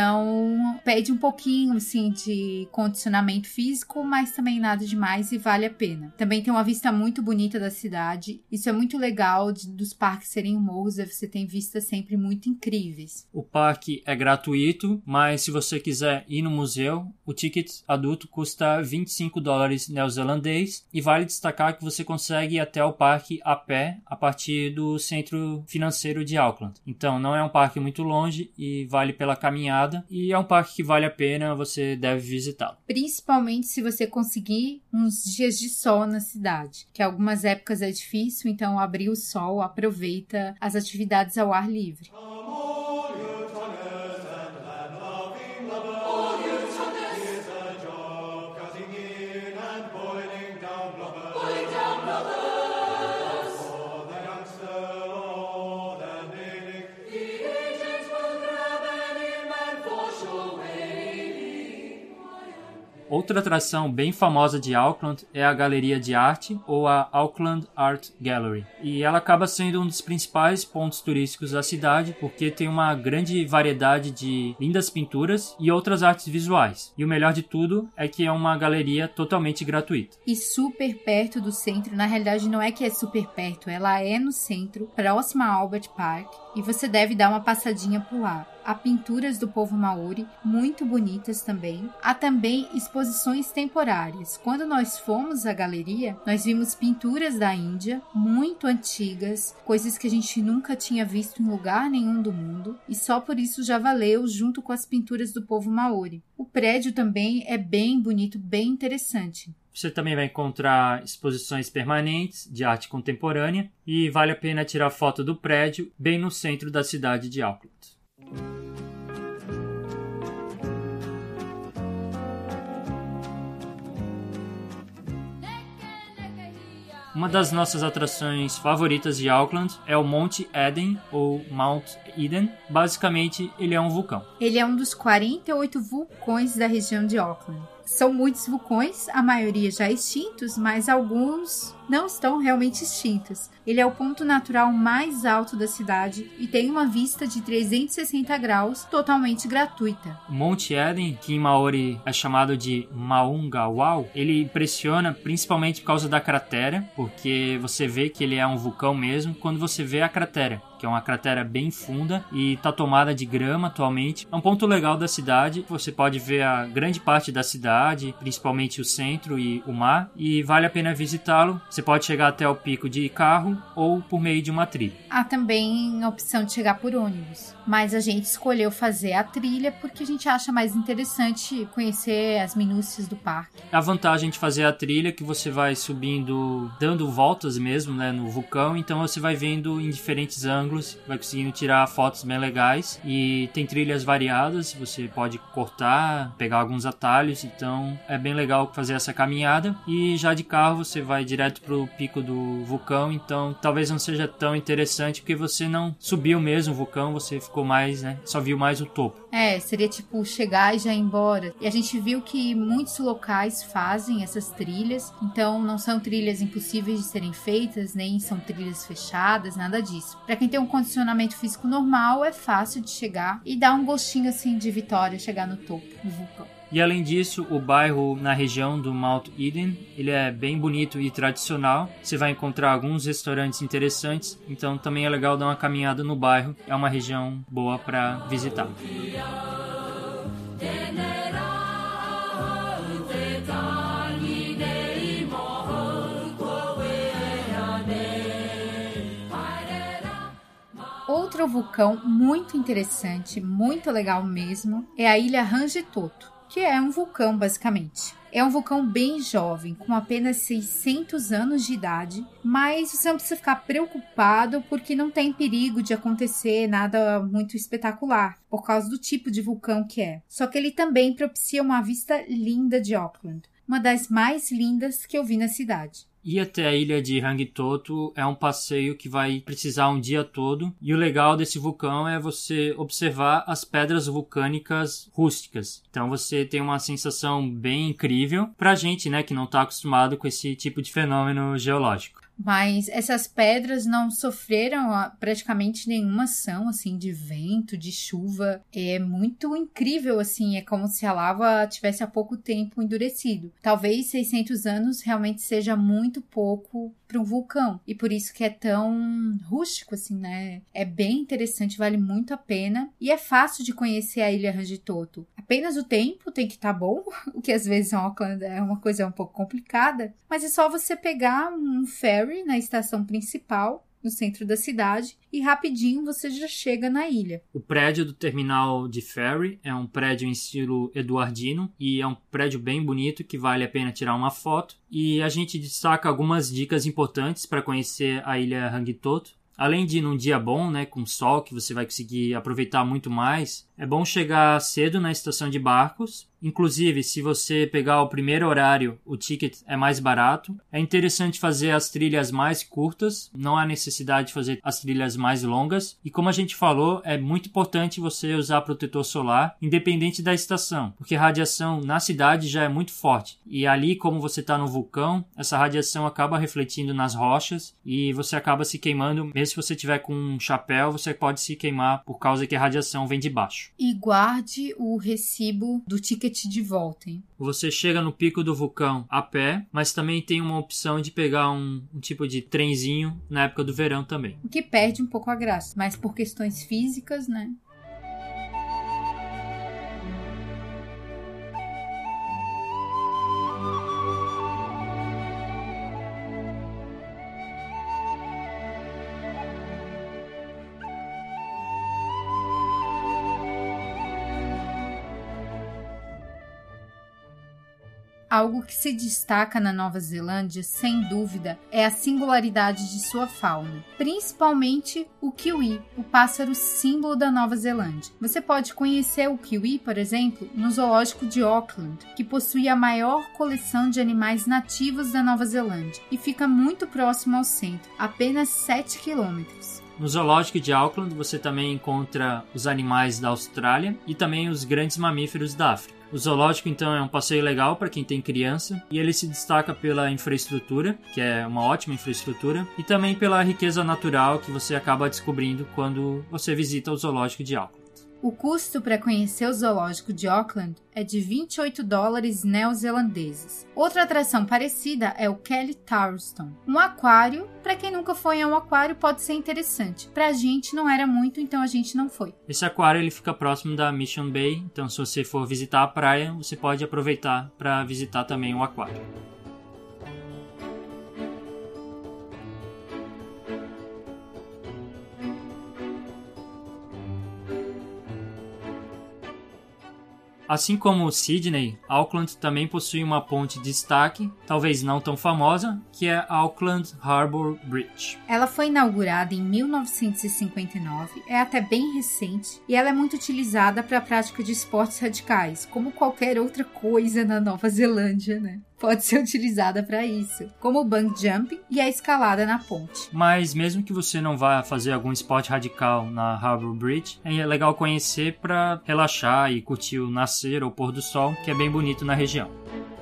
então pede um pouquinho assim, de condicionamento físico, mas também nada demais e vale a pena. Também tem uma vista muito bonita da cidade, isso é muito legal de, dos parques serem em morros, você tem vistas sempre muito incríveis. O parque é gratuito, mas se você quiser ir no museu, o ticket adulto custa vinte e cinco dólares neozelandês e vale destacar que você consegue ir até o parque a pé a partir do centro financeiro de Auckland. Então não é um parque muito longe e vale pela caminhada e é um parque que vale a pena, você deve visitá-lo. Principalmente se você conseguir uns dias de sol na cidade, que algumas épocas é difícil, então abrir o sol, aproveita as atividades ao ar livre. Outra atração bem famosa de Auckland é a Galeria de Arte, ou a Auckland Art Gallery. E ela acaba sendo um dos principais pontos turísticos da cidade, porque tem uma grande variedade de lindas pinturas e outras artes visuais. E o melhor de tudo é que é uma galeria totalmente gratuita. E super perto do centro. Na realidade, não é que é super perto, ela é no centro, próxima a Albert Park, e você deve dar uma passadinha por lá. Há pinturas do povo maori, muito bonitas também. Há também exposições temporárias. Quando nós fomos à galeria, nós vimos pinturas da Índia, muito antigas, coisas que a gente nunca tinha visto em lugar nenhum do mundo, e só por isso já valeu, junto com as pinturas do povo maori. O prédio também é bem bonito, bem interessante. Você também vai encontrar exposições permanentes de arte contemporânea e vale a pena tirar foto do prédio bem no centro da cidade de Auckland. Uma das nossas atrações favoritas de Auckland é o Monte Eden, ou Mount Eden. Basicamente, ele é um vulcão. Ele é um dos quarenta e oito vulcões da região de Auckland. São muitos vulcões, a maioria já extintos, mas alguns não estão realmente extintos. Ele é o ponto natural mais alto da cidade e tem uma vista de trezentos e sessenta graus totalmente gratuita. O Monte Eden, que em Maori é chamado de Maungawau, ele impressiona principalmente por causa da cratera, porque você vê que ele é um vulcão mesmo quando você vê a cratera, que é uma cratera bem funda e está tomada de grama atualmente. É um ponto legal da cidade, você pode ver a grande parte da cidade, principalmente o centro e o mar, e vale a pena visitá-lo. Você pode chegar até o pico de carro ou por meio de uma trilha. Há também a opção de chegar por ônibus, mas a gente escolheu fazer a trilha porque a gente acha mais interessante conhecer as minúcias do parque. A vantagem de fazer a trilha é que você vai subindo, dando voltas mesmo, né, no vulcão, então você vai vendo em diferentes ângulos, vai conseguindo tirar fotos bem legais e tem trilhas variadas, você pode cortar, pegar alguns atalhos, então é bem legal fazer essa caminhada. E já de carro você vai direto pro pico do vulcão, então talvez não seja tão interessante porque você não subiu mesmo o vulcão, você ficou mais, né, só viu mais o topo. É, seria tipo chegar e já ir embora. E a gente viu que muitos locais fazem essas trilhas, então não são trilhas impossíveis de serem feitas, nem são trilhas fechadas, nada disso. Para quem tem um condicionamento físico normal, é fácil de chegar e dá um gostinho assim de vitória chegar no topo do vulcão. E além disso, o bairro na região do Mount Eden, ele é bem bonito e tradicional. Você vai encontrar alguns restaurantes interessantes, então também é legal dar uma caminhada no bairro. É uma região boa para visitar. Outro vulcão muito interessante, muito legal mesmo, é a Ilha Rangitoto, que é um vulcão basicamente. É um vulcão bem jovem, com apenas seiscentos anos de idade, mas você não precisa ficar preocupado porque não tem perigo de acontecer nada muito espetacular, por causa do tipo de vulcão que é. Só que ele também propicia uma vista linda de Auckland, uma das mais lindas que eu vi na cidade. Ir até a ilha de Rangitoto é um passeio que vai precisar um dia todo, e o legal desse vulcão é você observar as pedras vulcânicas rústicas. Então você tem uma sensação bem incrível pra gente, né, que não está acostumado com esse tipo de fenômeno geológico. Mas essas pedras não sofreram praticamente nenhuma ação, assim, de vento, de chuva. É muito incrível, assim, é como se a lava tivesse há pouco tempo endurecido. Talvez seiscentos anos realmente seja muito pouco para um vulcão, e por isso que é tão rústico, assim, né? É bem interessante, vale muito a pena, e é fácil de conhecer a Ilha Rangitoto. Apenas o tempo tem que estar bom, o que às vezes em Auckland é uma coisa um pouco complicada, mas é só você pegar um ferry na estação principal, no centro da cidade, e rapidinho você já chega na ilha. O prédio do terminal de ferry é um prédio em estilo eduardino e é um prédio bem bonito que vale a pena tirar uma foto. E a gente destaca algumas dicas importantes para conhecer a ilha Rangitoto. Além de num dia bom, né, com sol, que você vai conseguir aproveitar muito mais, É bom chegar cedo na estação de barcos. Inclusive, se você pegar o primeiro horário, o ticket é mais barato. É interessante fazer as trilhas mais curtas, não há necessidade de fazer as trilhas mais longas. E como a gente falou, é muito importante você usar protetor solar, independente da estação, porque a radiação na cidade já é muito forte. E ali, como você está no vulcão, essa radiação acaba refletindo nas rochas e você acaba se queimando. Mesmo se você tiver com um chapéu, você pode se queimar por causa que a radiação vem de baixo. E guarde o recibo do ticket de volta, hein? Você chega no pico do vulcão a pé, mas também tem uma opção de pegar um, um tipo de trenzinho na época do verão também. O que perde um pouco a graça, mas por questões físicas, né? Algo que se destaca na Nova Zelândia, sem dúvida, é a singularidade de sua fauna, principalmente o kiwi, o pássaro símbolo da Nova Zelândia. Você pode conhecer o kiwi, por exemplo, no zoológico de Auckland, que possui a maior coleção de animais nativos da Nova Zelândia e fica muito próximo ao centro, apenas sete quilômetros. No zoológico de Auckland você também encontra os animais da Austrália e também os grandes mamíferos da África. O zoológico, então, é um passeio legal para quem tem criança e ele se destaca pela infraestrutura, que é uma ótima infraestrutura, e também pela riqueza natural que você acaba descobrindo quando você visita o zoológico de Auckland. O custo para conhecer o zoológico de Auckland é de vinte e oito dólares neozelandeses. Outra atração parecida é o Kelly Tarlton, um aquário. Para quem nunca foi a um aquário pode ser interessante. Para a gente não era muito, então a gente não foi. Esse aquário ele fica próximo da Mission Bay, então se você for visitar a praia, você pode aproveitar para visitar também o aquário. Assim como Sydney, Auckland também possui uma ponte de destaque, talvez não tão famosa, que é a Auckland Harbour Bridge. Ela foi inaugurada em mil novecentos e cinquenta e nove, é até bem recente, e ela é muito utilizada para a prática de esportes radicais, como qualquer outra coisa na Nova Zelândia, né? Pode ser utilizada para isso, como o bungee jumping e a escalada na ponte. Mas mesmo que você não vá fazer algum esporte radical na Harbour Bridge, é legal conhecer para relaxar e curtir o nascer ou pôr do sol, que é bem bonito na região.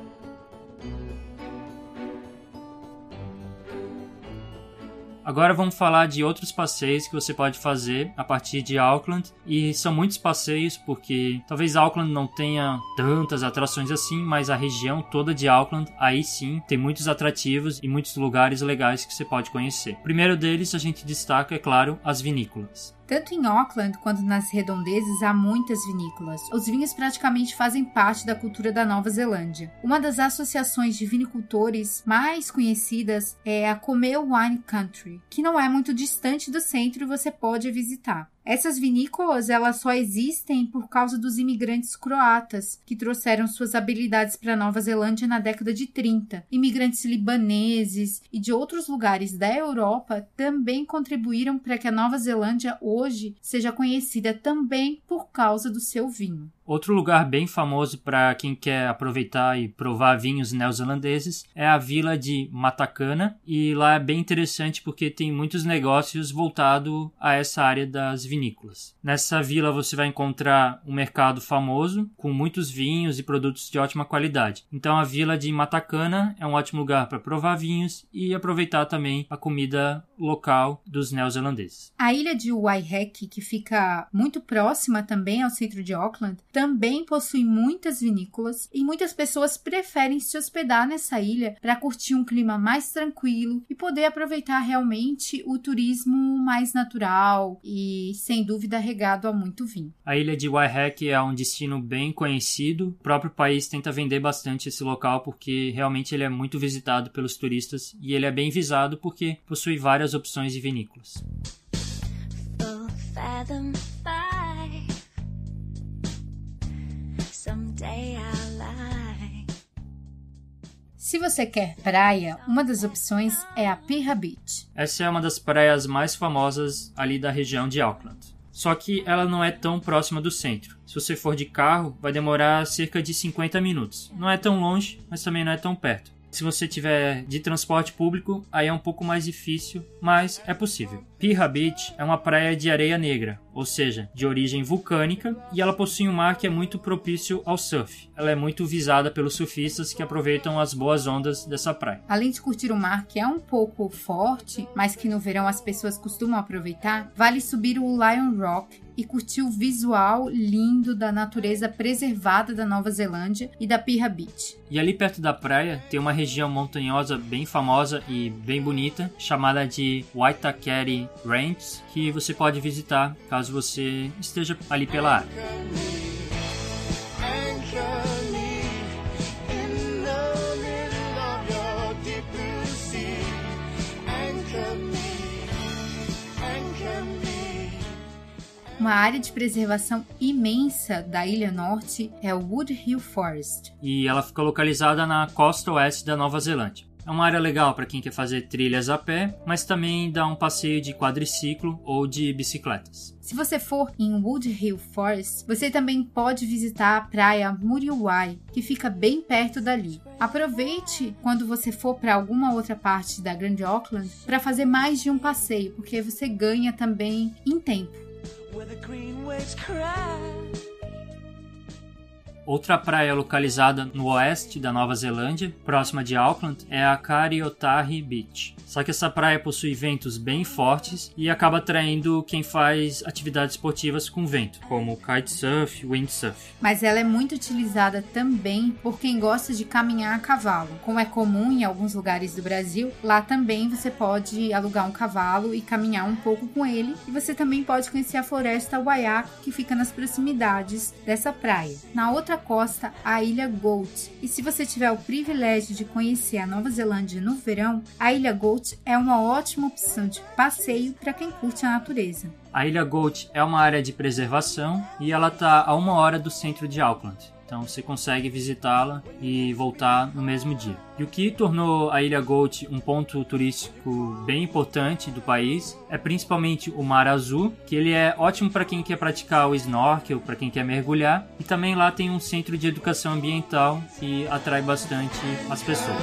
Agora vamos falar de outros passeios que você pode fazer a partir de Auckland, e são muitos passeios porque talvez Auckland não tenha tantas atrações assim, mas a região toda de Auckland, aí sim, tem muitos atrativos e muitos lugares legais que você pode conhecer. O primeiro deles a gente destaca, é claro, as vinícolas. Tanto em Auckland quanto nas redondezas há muitas vinícolas. Os vinhos praticamente fazem parte da cultura da Nova Zelândia. Uma das associações de vinicultores mais conhecidas é a Comeu Wine Country, que não é muito distante do centro e você pode visitar. Essas vinícolas, elas só existem por causa dos imigrantes croatas, que trouxeram suas habilidades para a Nova Zelândia na década de trinta. Imigrantes libaneses e de outros lugares da Europa também contribuíram para que a Nova Zelândia hoje seja conhecida também por causa do seu vinho. Outro lugar bem famoso para quem quer aproveitar e provar vinhos neozelandeses é a vila de Matakana, e lá é bem interessante porque tem muitos negócios voltados a essa área das vinícolas. Nessa vila você vai encontrar um mercado famoso com muitos vinhos e produtos de ótima qualidade. Então a vila de Matakana é um ótimo lugar para provar vinhos e aproveitar também a comida local dos neozelandeses. A ilha de Waiheke, que fica muito próxima também ao centro de Auckland, também possui muitas vinícolas e muitas pessoas preferem se hospedar nessa ilha para curtir um clima mais tranquilo e poder aproveitar realmente o turismo mais natural e, sem dúvida, regado a muito vinho. A ilha de Waiheke é um destino bem conhecido. O próprio país tenta vender bastante esse local porque realmente ele é muito visitado pelos turistas e ele é bem visado porque possui várias opções de vinícolas. Se você quer praia, uma das opções é a Piha Beach. Essa é uma das praias mais famosas ali da região de Auckland. só que ela não é tão próxima do centro. Se você for de carro, vai demorar cerca de cinquenta minutos. Não é tão longe, mas também não é tão perto. Se você tiver de transporte público, aí é um pouco mais difícil, mas é possível. Piha Beach é uma praia de areia negra, ou seja, de origem vulcânica, e ela possui um mar que é muito propício ao surf. Ela é muito visada pelos surfistas que aproveitam as boas ondas dessa praia. Além de curtir o mar, que é um pouco forte, mas que no verão as pessoas costumam aproveitar, vale subir o Lion Rock e curtir o visual lindo da natureza preservada da Nova Zelândia e da Piha Beach. E ali perto da praia tem uma região montanhosa bem famosa e bem bonita, chamada de Waitakere Ranges, que você pode visitar caso você esteja ali pela área. Uma área de preservação imensa da Ilha Norte é o Wood Hill Forest. E ela fica localizada na costa oeste da Nova Zelândia. É uma área legal para quem quer fazer trilhas a pé, mas também dá um passeio de quadriciclo ou de bicicletas. Se você for em Wood Hill Forest, você também pode visitar a praia Muriwai, que fica bem perto dali. Aproveite quando você for para alguma outra parte da Grande Auckland para fazer mais de um passeio, porque você ganha também em tempo. Outra praia localizada no oeste da Nova Zelândia, próxima de Auckland, é a Kariotahi Beach. Só que essa praia possui ventos bem fortes e acaba atraindo quem faz atividades esportivas com vento, como kitesurf e windsurf. Mas ela é muito utilizada também por quem gosta de caminhar a cavalo. Como é comum em alguns lugares do Brasil, lá também você pode alugar um cavalo e caminhar um pouco com ele. E você também pode conhecer a floresta Waiako, que fica nas proximidades dessa praia. Na outra costa, a Ilha Goat. E se você tiver o privilégio de conhecer a Nova Zelândia no verão, a Ilha Goat é uma ótima opção de passeio para quem curte a natureza. A Ilha Goat é uma área de preservação e ela está a uma hora do centro de Auckland. Então você consegue visitá-la e voltar no mesmo dia. E o que tornou a Ilha Goat um ponto turístico bem importante do país é principalmente o mar azul, que ele é ótimo para quem quer praticar o snorkel, para quem quer mergulhar. E também lá tem um centro de educação ambiental que atrai bastante as pessoas.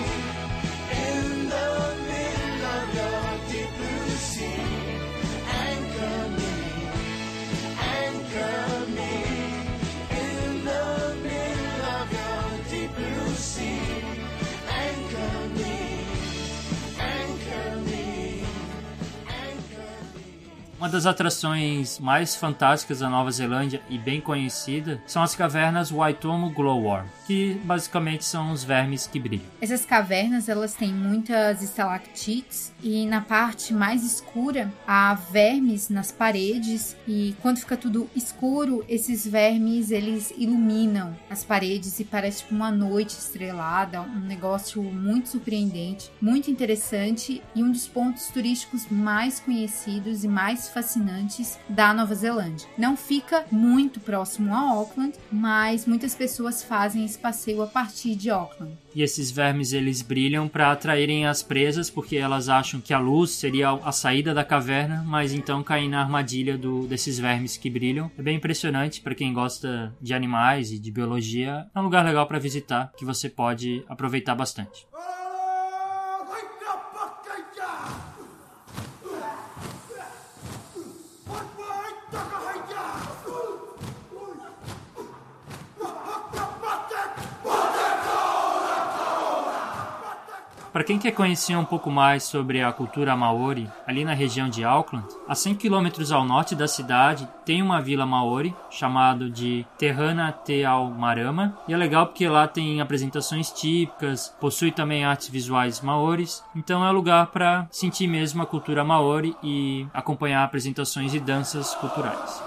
Uma das atrações mais fantásticas da Nova Zelândia e bem conhecida são as cavernas Waitomo Glowworm, que basicamente são os vermes que brilham. Essas cavernas, elas têm muitas estalactites e na parte mais escura há vermes nas paredes, e quando fica tudo escuro, esses vermes eles iluminam as paredes e parece tipo uma noite estrelada, um negócio muito surpreendente, muito interessante e um dos pontos turísticos mais conhecidos e mais fascinantes da Nova Zelândia. Não fica muito próximo a Auckland, mas muitas pessoas fazem esse passeio a partir de Auckland. E esses vermes eles brilham para atraírem as presas, porque elas acham que a luz seria a saída da caverna, mas então caem na armadilha do, desses vermes que brilham. É bem impressionante para quem gosta de animais e de biologia. É um lugar legal para visitar, que você pode aproveitar bastante. Para quem quer conhecer um pouco mais sobre a cultura maori, ali na região de Auckland, a cem quilômetros ao norte da cidade tem uma vila maori chamada de Te Hana Te Ao Marama, e é legal porque lá tem apresentações típicas, possui também artes visuais maoris, então é um lugar para sentir mesmo a cultura maori e acompanhar apresentações e danças culturais.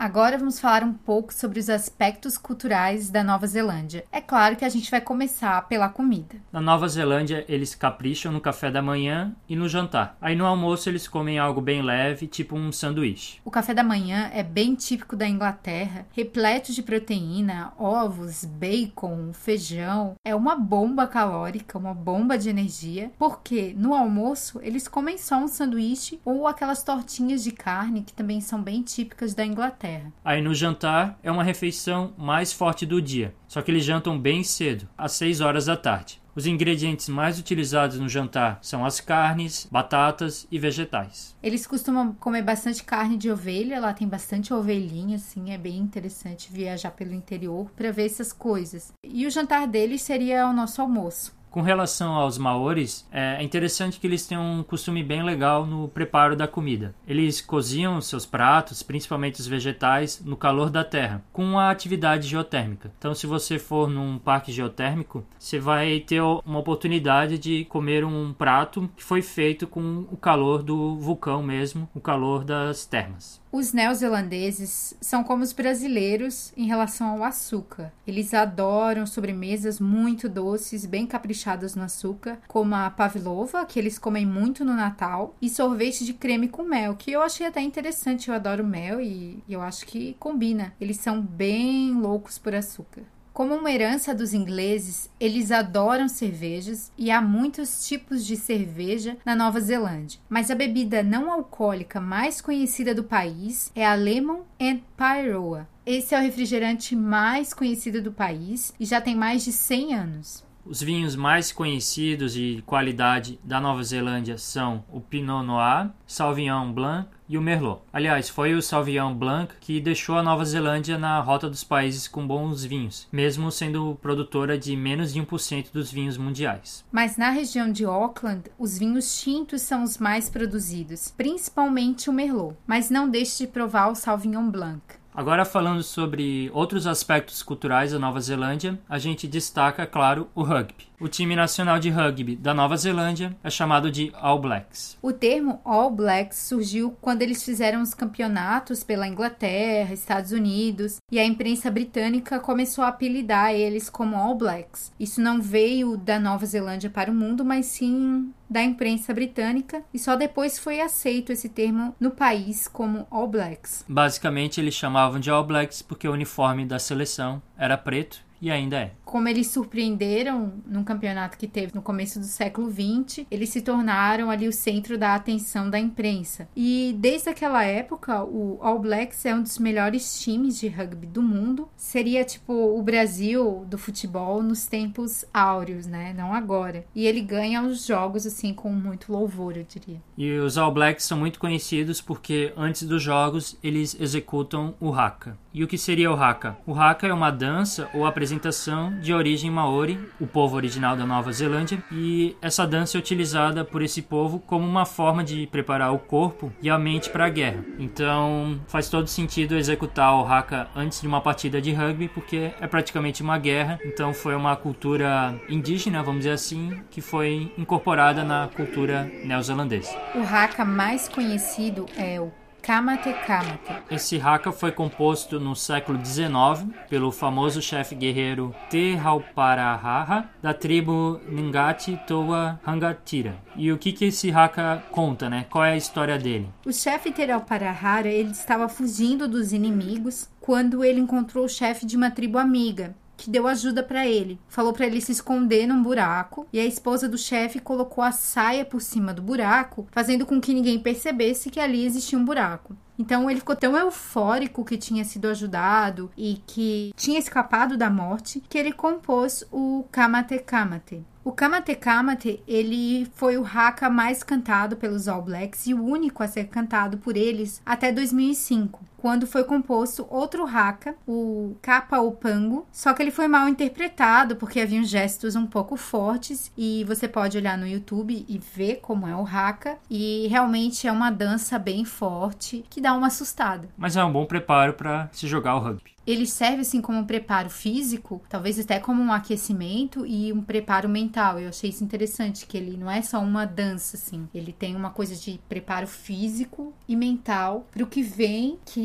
Agora vamos falar um pouco sobre os aspectos culturais da Nova Zelândia. É claro que a gente vai começar pela comida. Na Nova Zelândia, eles capricham no café da manhã e no jantar. Aí no almoço eles comem algo bem leve, tipo um sanduíche. O café da manhã é bem típico da Inglaterra, repleto de proteína, ovos, bacon, feijão. É uma bomba calórica, uma bomba de energia, porque no almoço eles comem só um sanduíche ou aquelas tortinhas de carne que também são bem típicas da Inglaterra. Aí no jantar é uma refeição mais forte do dia, só que eles jantam bem cedo, às seis horas da tarde. Os ingredientes mais utilizados no jantar são as carnes, batatas e vegetais. Eles costumam comer bastante carne de ovelha, lá tem bastante ovelhinha, assim, é bem interessante viajar pelo interior para ver essas coisas. E o jantar deles seria o nosso almoço. Com relação aos maoris, é interessante que eles têm um costume bem legal no preparo da comida. Eles cozinham seus pratos, principalmente os vegetais, no calor da terra, com uma atividade geotérmica. Então, se você for num parque geotérmico, você vai ter uma oportunidade de comer um prato que foi feito com o calor do vulcão mesmo, o calor das termas. Os neozelandeses são como os brasileiros em relação ao açúcar. Eles adoram sobremesas muito doces, bem caprichadas no açúcar, como a pavlova, que eles comem muito no Natal, e sorvete de creme com mel, que eu achei até interessante. Eu adoro mel e eu acho que combina. Eles são bem loucos por açúcar. Como uma herança dos ingleses, eles adoram cervejas e há muitos tipos de cerveja na Nova Zelândia. Mas a bebida não alcoólica mais conhecida do país é a Lemon and Paeroa. Esse é o refrigerante mais conhecido do país e já tem mais de cem anos. Os vinhos mais conhecidos e de qualidade da Nova Zelândia são o Pinot Noir, Sauvignon Blanc e o Merlot. Aliás, foi o Sauvignon Blanc que deixou a Nova Zelândia na rota dos países com bons vinhos, mesmo sendo produtora de menos de um por cento dos vinhos mundiais. Mas na região de Auckland, os vinhos tintos são os mais produzidos, principalmente o Merlot. Mas não deixe de provar o Sauvignon Blanc. Agora, falando sobre outros aspectos culturais da Nova Zelândia, a gente destaca, claro, o rugby. O time nacional de rugby da Nova Zelândia é chamado de All Blacks. O termo All Blacks surgiu quando eles fizeram os campeonatos pela Inglaterra, Estados Unidos, e a imprensa britânica começou a apelidar eles como All Blacks. Isso não veio da Nova Zelândia para o mundo, mas sim da imprensa britânica, e só depois foi aceito esse termo no país como All Blacks. Basicamente, eles chamavam de All Blacks porque o uniforme da seleção era preto e ainda é. Como eles surpreenderam num campeonato que teve no começo do século vinte, eles se tornaram ali o centro da atenção da imprensa. E desde aquela época, o All Blacks é um dos melhores times de rugby do mundo. Seria tipo o Brasil do futebol nos tempos áureos, né? Não agora. E ele ganha os jogos assim com muito louvor, eu diria. E os All Blacks são muito conhecidos porque antes dos jogos eles executam o haka. E o que seria o haka? O haka é uma dança ou apresentação de origem maori, o povo original da Nova Zelândia, e essa dança é utilizada por esse povo como uma forma de preparar o corpo e a mente para a guerra. Então faz todo sentido executar o haka antes de uma partida de rugby, porque é praticamente uma guerra. Então foi uma cultura indígena, vamos dizer assim, que foi incorporada na cultura neozelandesa. O haka mais conhecido é o Kamate Kamate. Esse haka foi composto no século dezenove pelo famoso chefe guerreiro Te Rauparaha, da tribo Ngati Toa Rangatira. E o que, que esse haka conta, né? Qual é a história dele? O chefe Te Rauparaha, ele estava fugindo dos inimigos quando ele encontrou o chefe de uma tribo amiga, que deu ajuda pra ele. Falou pra ele se esconder num buraco, e a esposa do chefe colocou a saia por cima do buraco, fazendo com que ninguém percebesse que ali existia um buraco. Então ele ficou tão eufórico que tinha sido ajudado e que tinha escapado da morte, que ele compôs o Kamate Kamate. O Kamate Kamate, ele foi o haka mais cantado pelos All Blacks e o único a ser cantado por eles até dois mil e cinco, quando foi composto outro haka, o Kapa Opango, só que ele foi mal interpretado porque haviam gestos um pouco fortes, e você pode olhar no YouTube e ver como é o haka, e realmente é uma dança bem forte que dá uma assustada. Mas é um bom preparo para se jogar o rugby. Ele serve assim como um preparo físico, talvez até como um aquecimento e um preparo mental. Eu achei isso interessante, que ele não é só uma dança, assim. Ele tem uma coisa de preparo físico e mental para o que vem, que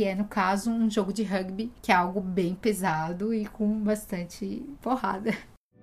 que é, no caso, um jogo de rugby, que é algo bem pesado e com bastante porrada.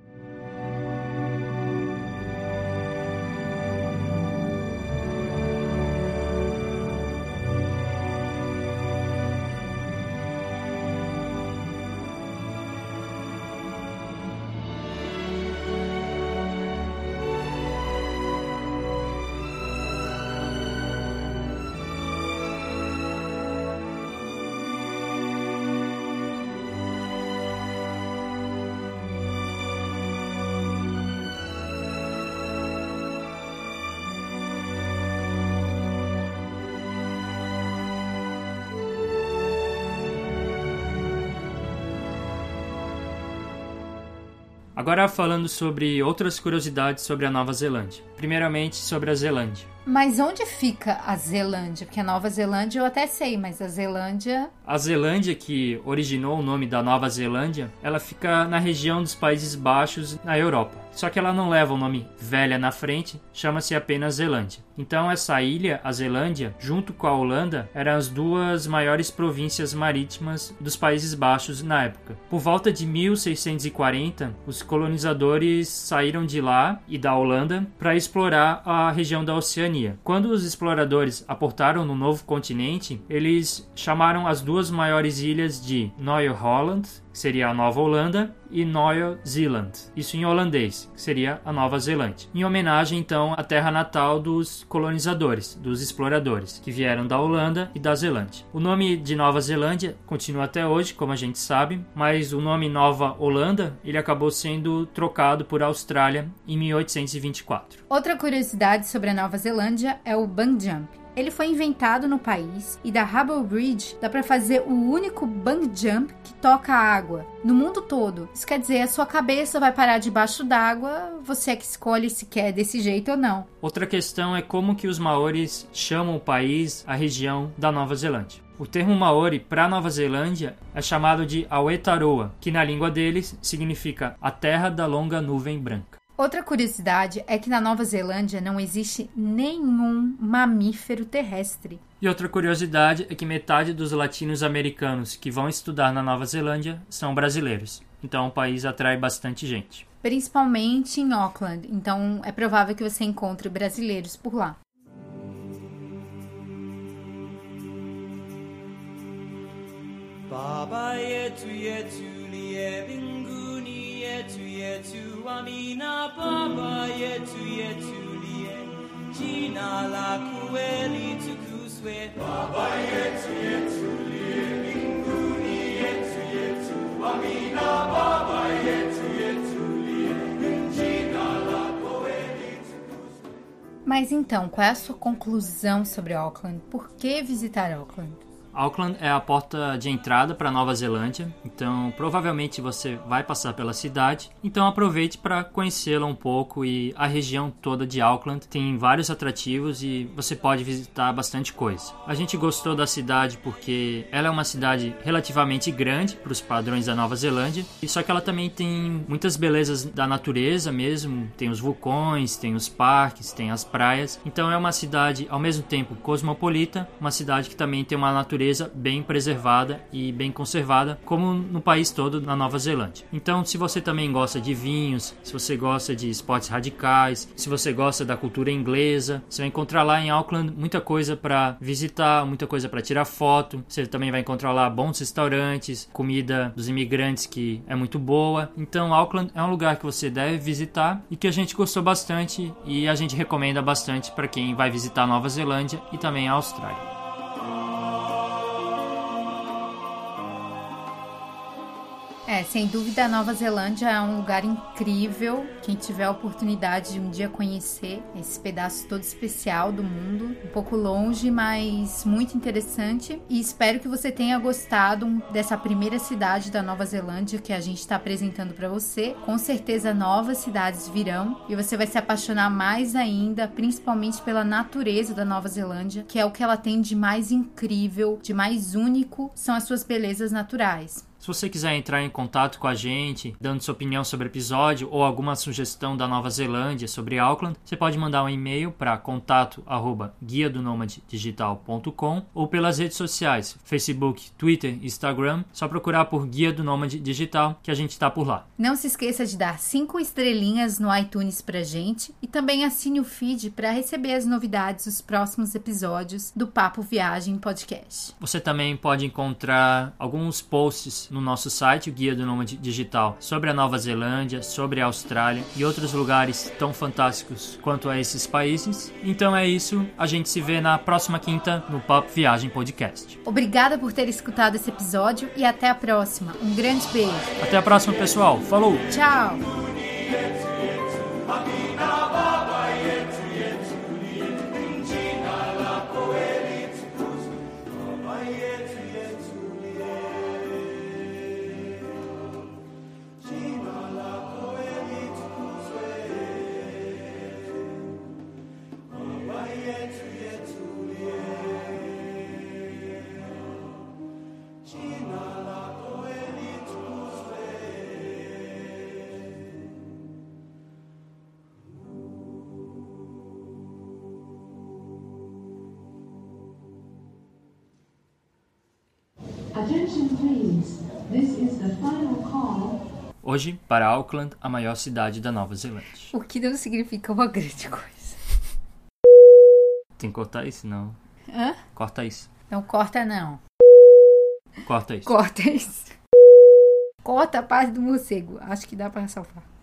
Agora falando sobre outras curiosidades sobre a Nova Zelândia. Primeiramente sobre a Zelândia. Mas onde fica a Zelândia? Porque a Nova Zelândia eu até sei, mas a Zelândia... A Zelândia, que originou o nome da Nova Zelândia, ela fica na região dos Países Baixos, na Europa. Só que ela não leva o nome Velha na frente, chama-se apenas Zelândia. Então essa ilha, a Zelândia, junto com a Holanda, eram as duas maiores províncias marítimas dos Países Baixos na época. Por volta de mil seiscentos e quarenta, os colonizadores saíram de lá e da Holanda para explorar a região da Oceania. Quando os exploradores aportaram no novo continente, eles chamaram as duas maiores ilhas de Nieuw-Holland, que seria a Nova Holanda, e Nieuw-Zeeland, isso em holandês, que seria a Nova Zelândia, em homenagem então à terra natal dos colonizadores, dos exploradores, que vieram da Holanda e da Zelândia. O nome de Nova Zelândia continua até hoje, como a gente sabe, mas o nome Nova Holanda, ele acabou sendo trocado por Austrália em mil oitocentos e vinte e quatro. Outra curiosidade sobre a Nova Zelândia é o bungee jump. Ele foi inventado no país e da Harbour Bridge dá para fazer o único bungee jump que toca a água no mundo todo. Isso quer dizer, a sua cabeça vai parar debaixo d'água, você é que escolhe se quer desse jeito ou não. Outra questão é como que os maoris chamam o país, a região da Nova Zelândia. O termo maori para Nova Zelândia é chamado de Aotearoa, que na língua deles significa a terra da longa nuvem branca. Outra curiosidade é que na Nova Zelândia não existe nenhum mamífero terrestre. E outra curiosidade é que metade dos latinos americanos que vão estudar na Nova Zelândia são brasileiros. Então o país atrai bastante gente. Principalmente em Auckland, então é provável que você encontre brasileiros por lá. Baba yetu yetu liye binguni yetu yetu amina baba yetu yetu liye jina lako litukuzwe Baba yetu yetu liye binguni yetu yetu amina baba yetu yetu liye jina lako litukuzwe. Mas então, qual é a sua conclusão sobre Auckland? Por que visitar Auckland? Auckland é a porta de entrada para Nova Zelândia, então provavelmente você vai passar pela cidade, então aproveite para conhecê-la um pouco. E a região toda de Auckland tem vários atrativos e você pode visitar bastante coisa. A gente gostou da cidade porque ela é uma cidade relativamente grande para os padrões da Nova Zelândia, e só que ela também tem muitas belezas da natureza mesmo, tem os vulcões, tem os parques, tem as praias, então é uma cidade ao mesmo tempo cosmopolita, uma cidade que também tem uma natureza bem preservada e bem conservada, como no país todo na Nova Zelândia. Então, se você também gosta de vinhos, se você gosta de esportes radicais, se você gosta da cultura inglesa, você vai encontrar lá em Auckland muita coisa para visitar, muita coisa para tirar foto. Você também vai encontrar lá bons restaurantes, comida dos imigrantes que é muito boa. Então, Auckland é um lugar que você deve visitar e que a gente gostou bastante e a gente recomenda bastante para quem vai visitar a Nova Zelândia e também a Austrália. É, sem dúvida a Nova Zelândia é um lugar incrível. Quem tiver a oportunidade de um dia conhecer esse pedaço todo especial do mundo, um pouco longe, mas muito interessante. E espero que você tenha gostado dessa primeira cidade da Nova Zelândia que a gente está apresentando para você. Com certeza novas cidades virão e você vai se apaixonar mais ainda, principalmente pela natureza da Nova Zelândia, que é o que ela tem de mais incrível, de mais único, são as suas belezas naturais. Se você quiser entrar em contato com a gente, dando sua opinião sobre o episódio ou alguma sugestão da Nova Zelândia sobre Auckland, você pode mandar um e-mail para contato arroba guia do nômade digital ponto com ou pelas redes sociais, Facebook, Twitter, Instagram, só procurar por Guia do Nômade Digital que a gente está por lá. Não se esqueça de dar cinco estrelinhas no iTunes pra gente e também assine o feed para receber as novidades dos próximos episódios do Papo Viagem Podcast. Você também pode encontrar alguns posts no nosso site, o Guia do Nômade Digital, sobre a Nova Zelândia, sobre a Austrália e outros lugares tão fantásticos quanto a esses países. Então é isso, a gente se vê na próxima quinta no Papo Viagem Podcast. Obrigada por ter escutado esse episódio e até a próxima. Um grande beijo. Até a próxima, pessoal. Falou! Tchau! Attention please, this is the final call. Hoje, para Auckland, a maior cidade da Nova Zelândia. O que não significa uma grande coisa. Tem que cortar isso, não. Hã? Corta isso. Não corta não. Corta isso. Corta isso. Corta a parte do morcego. Acho que dá pra salvar.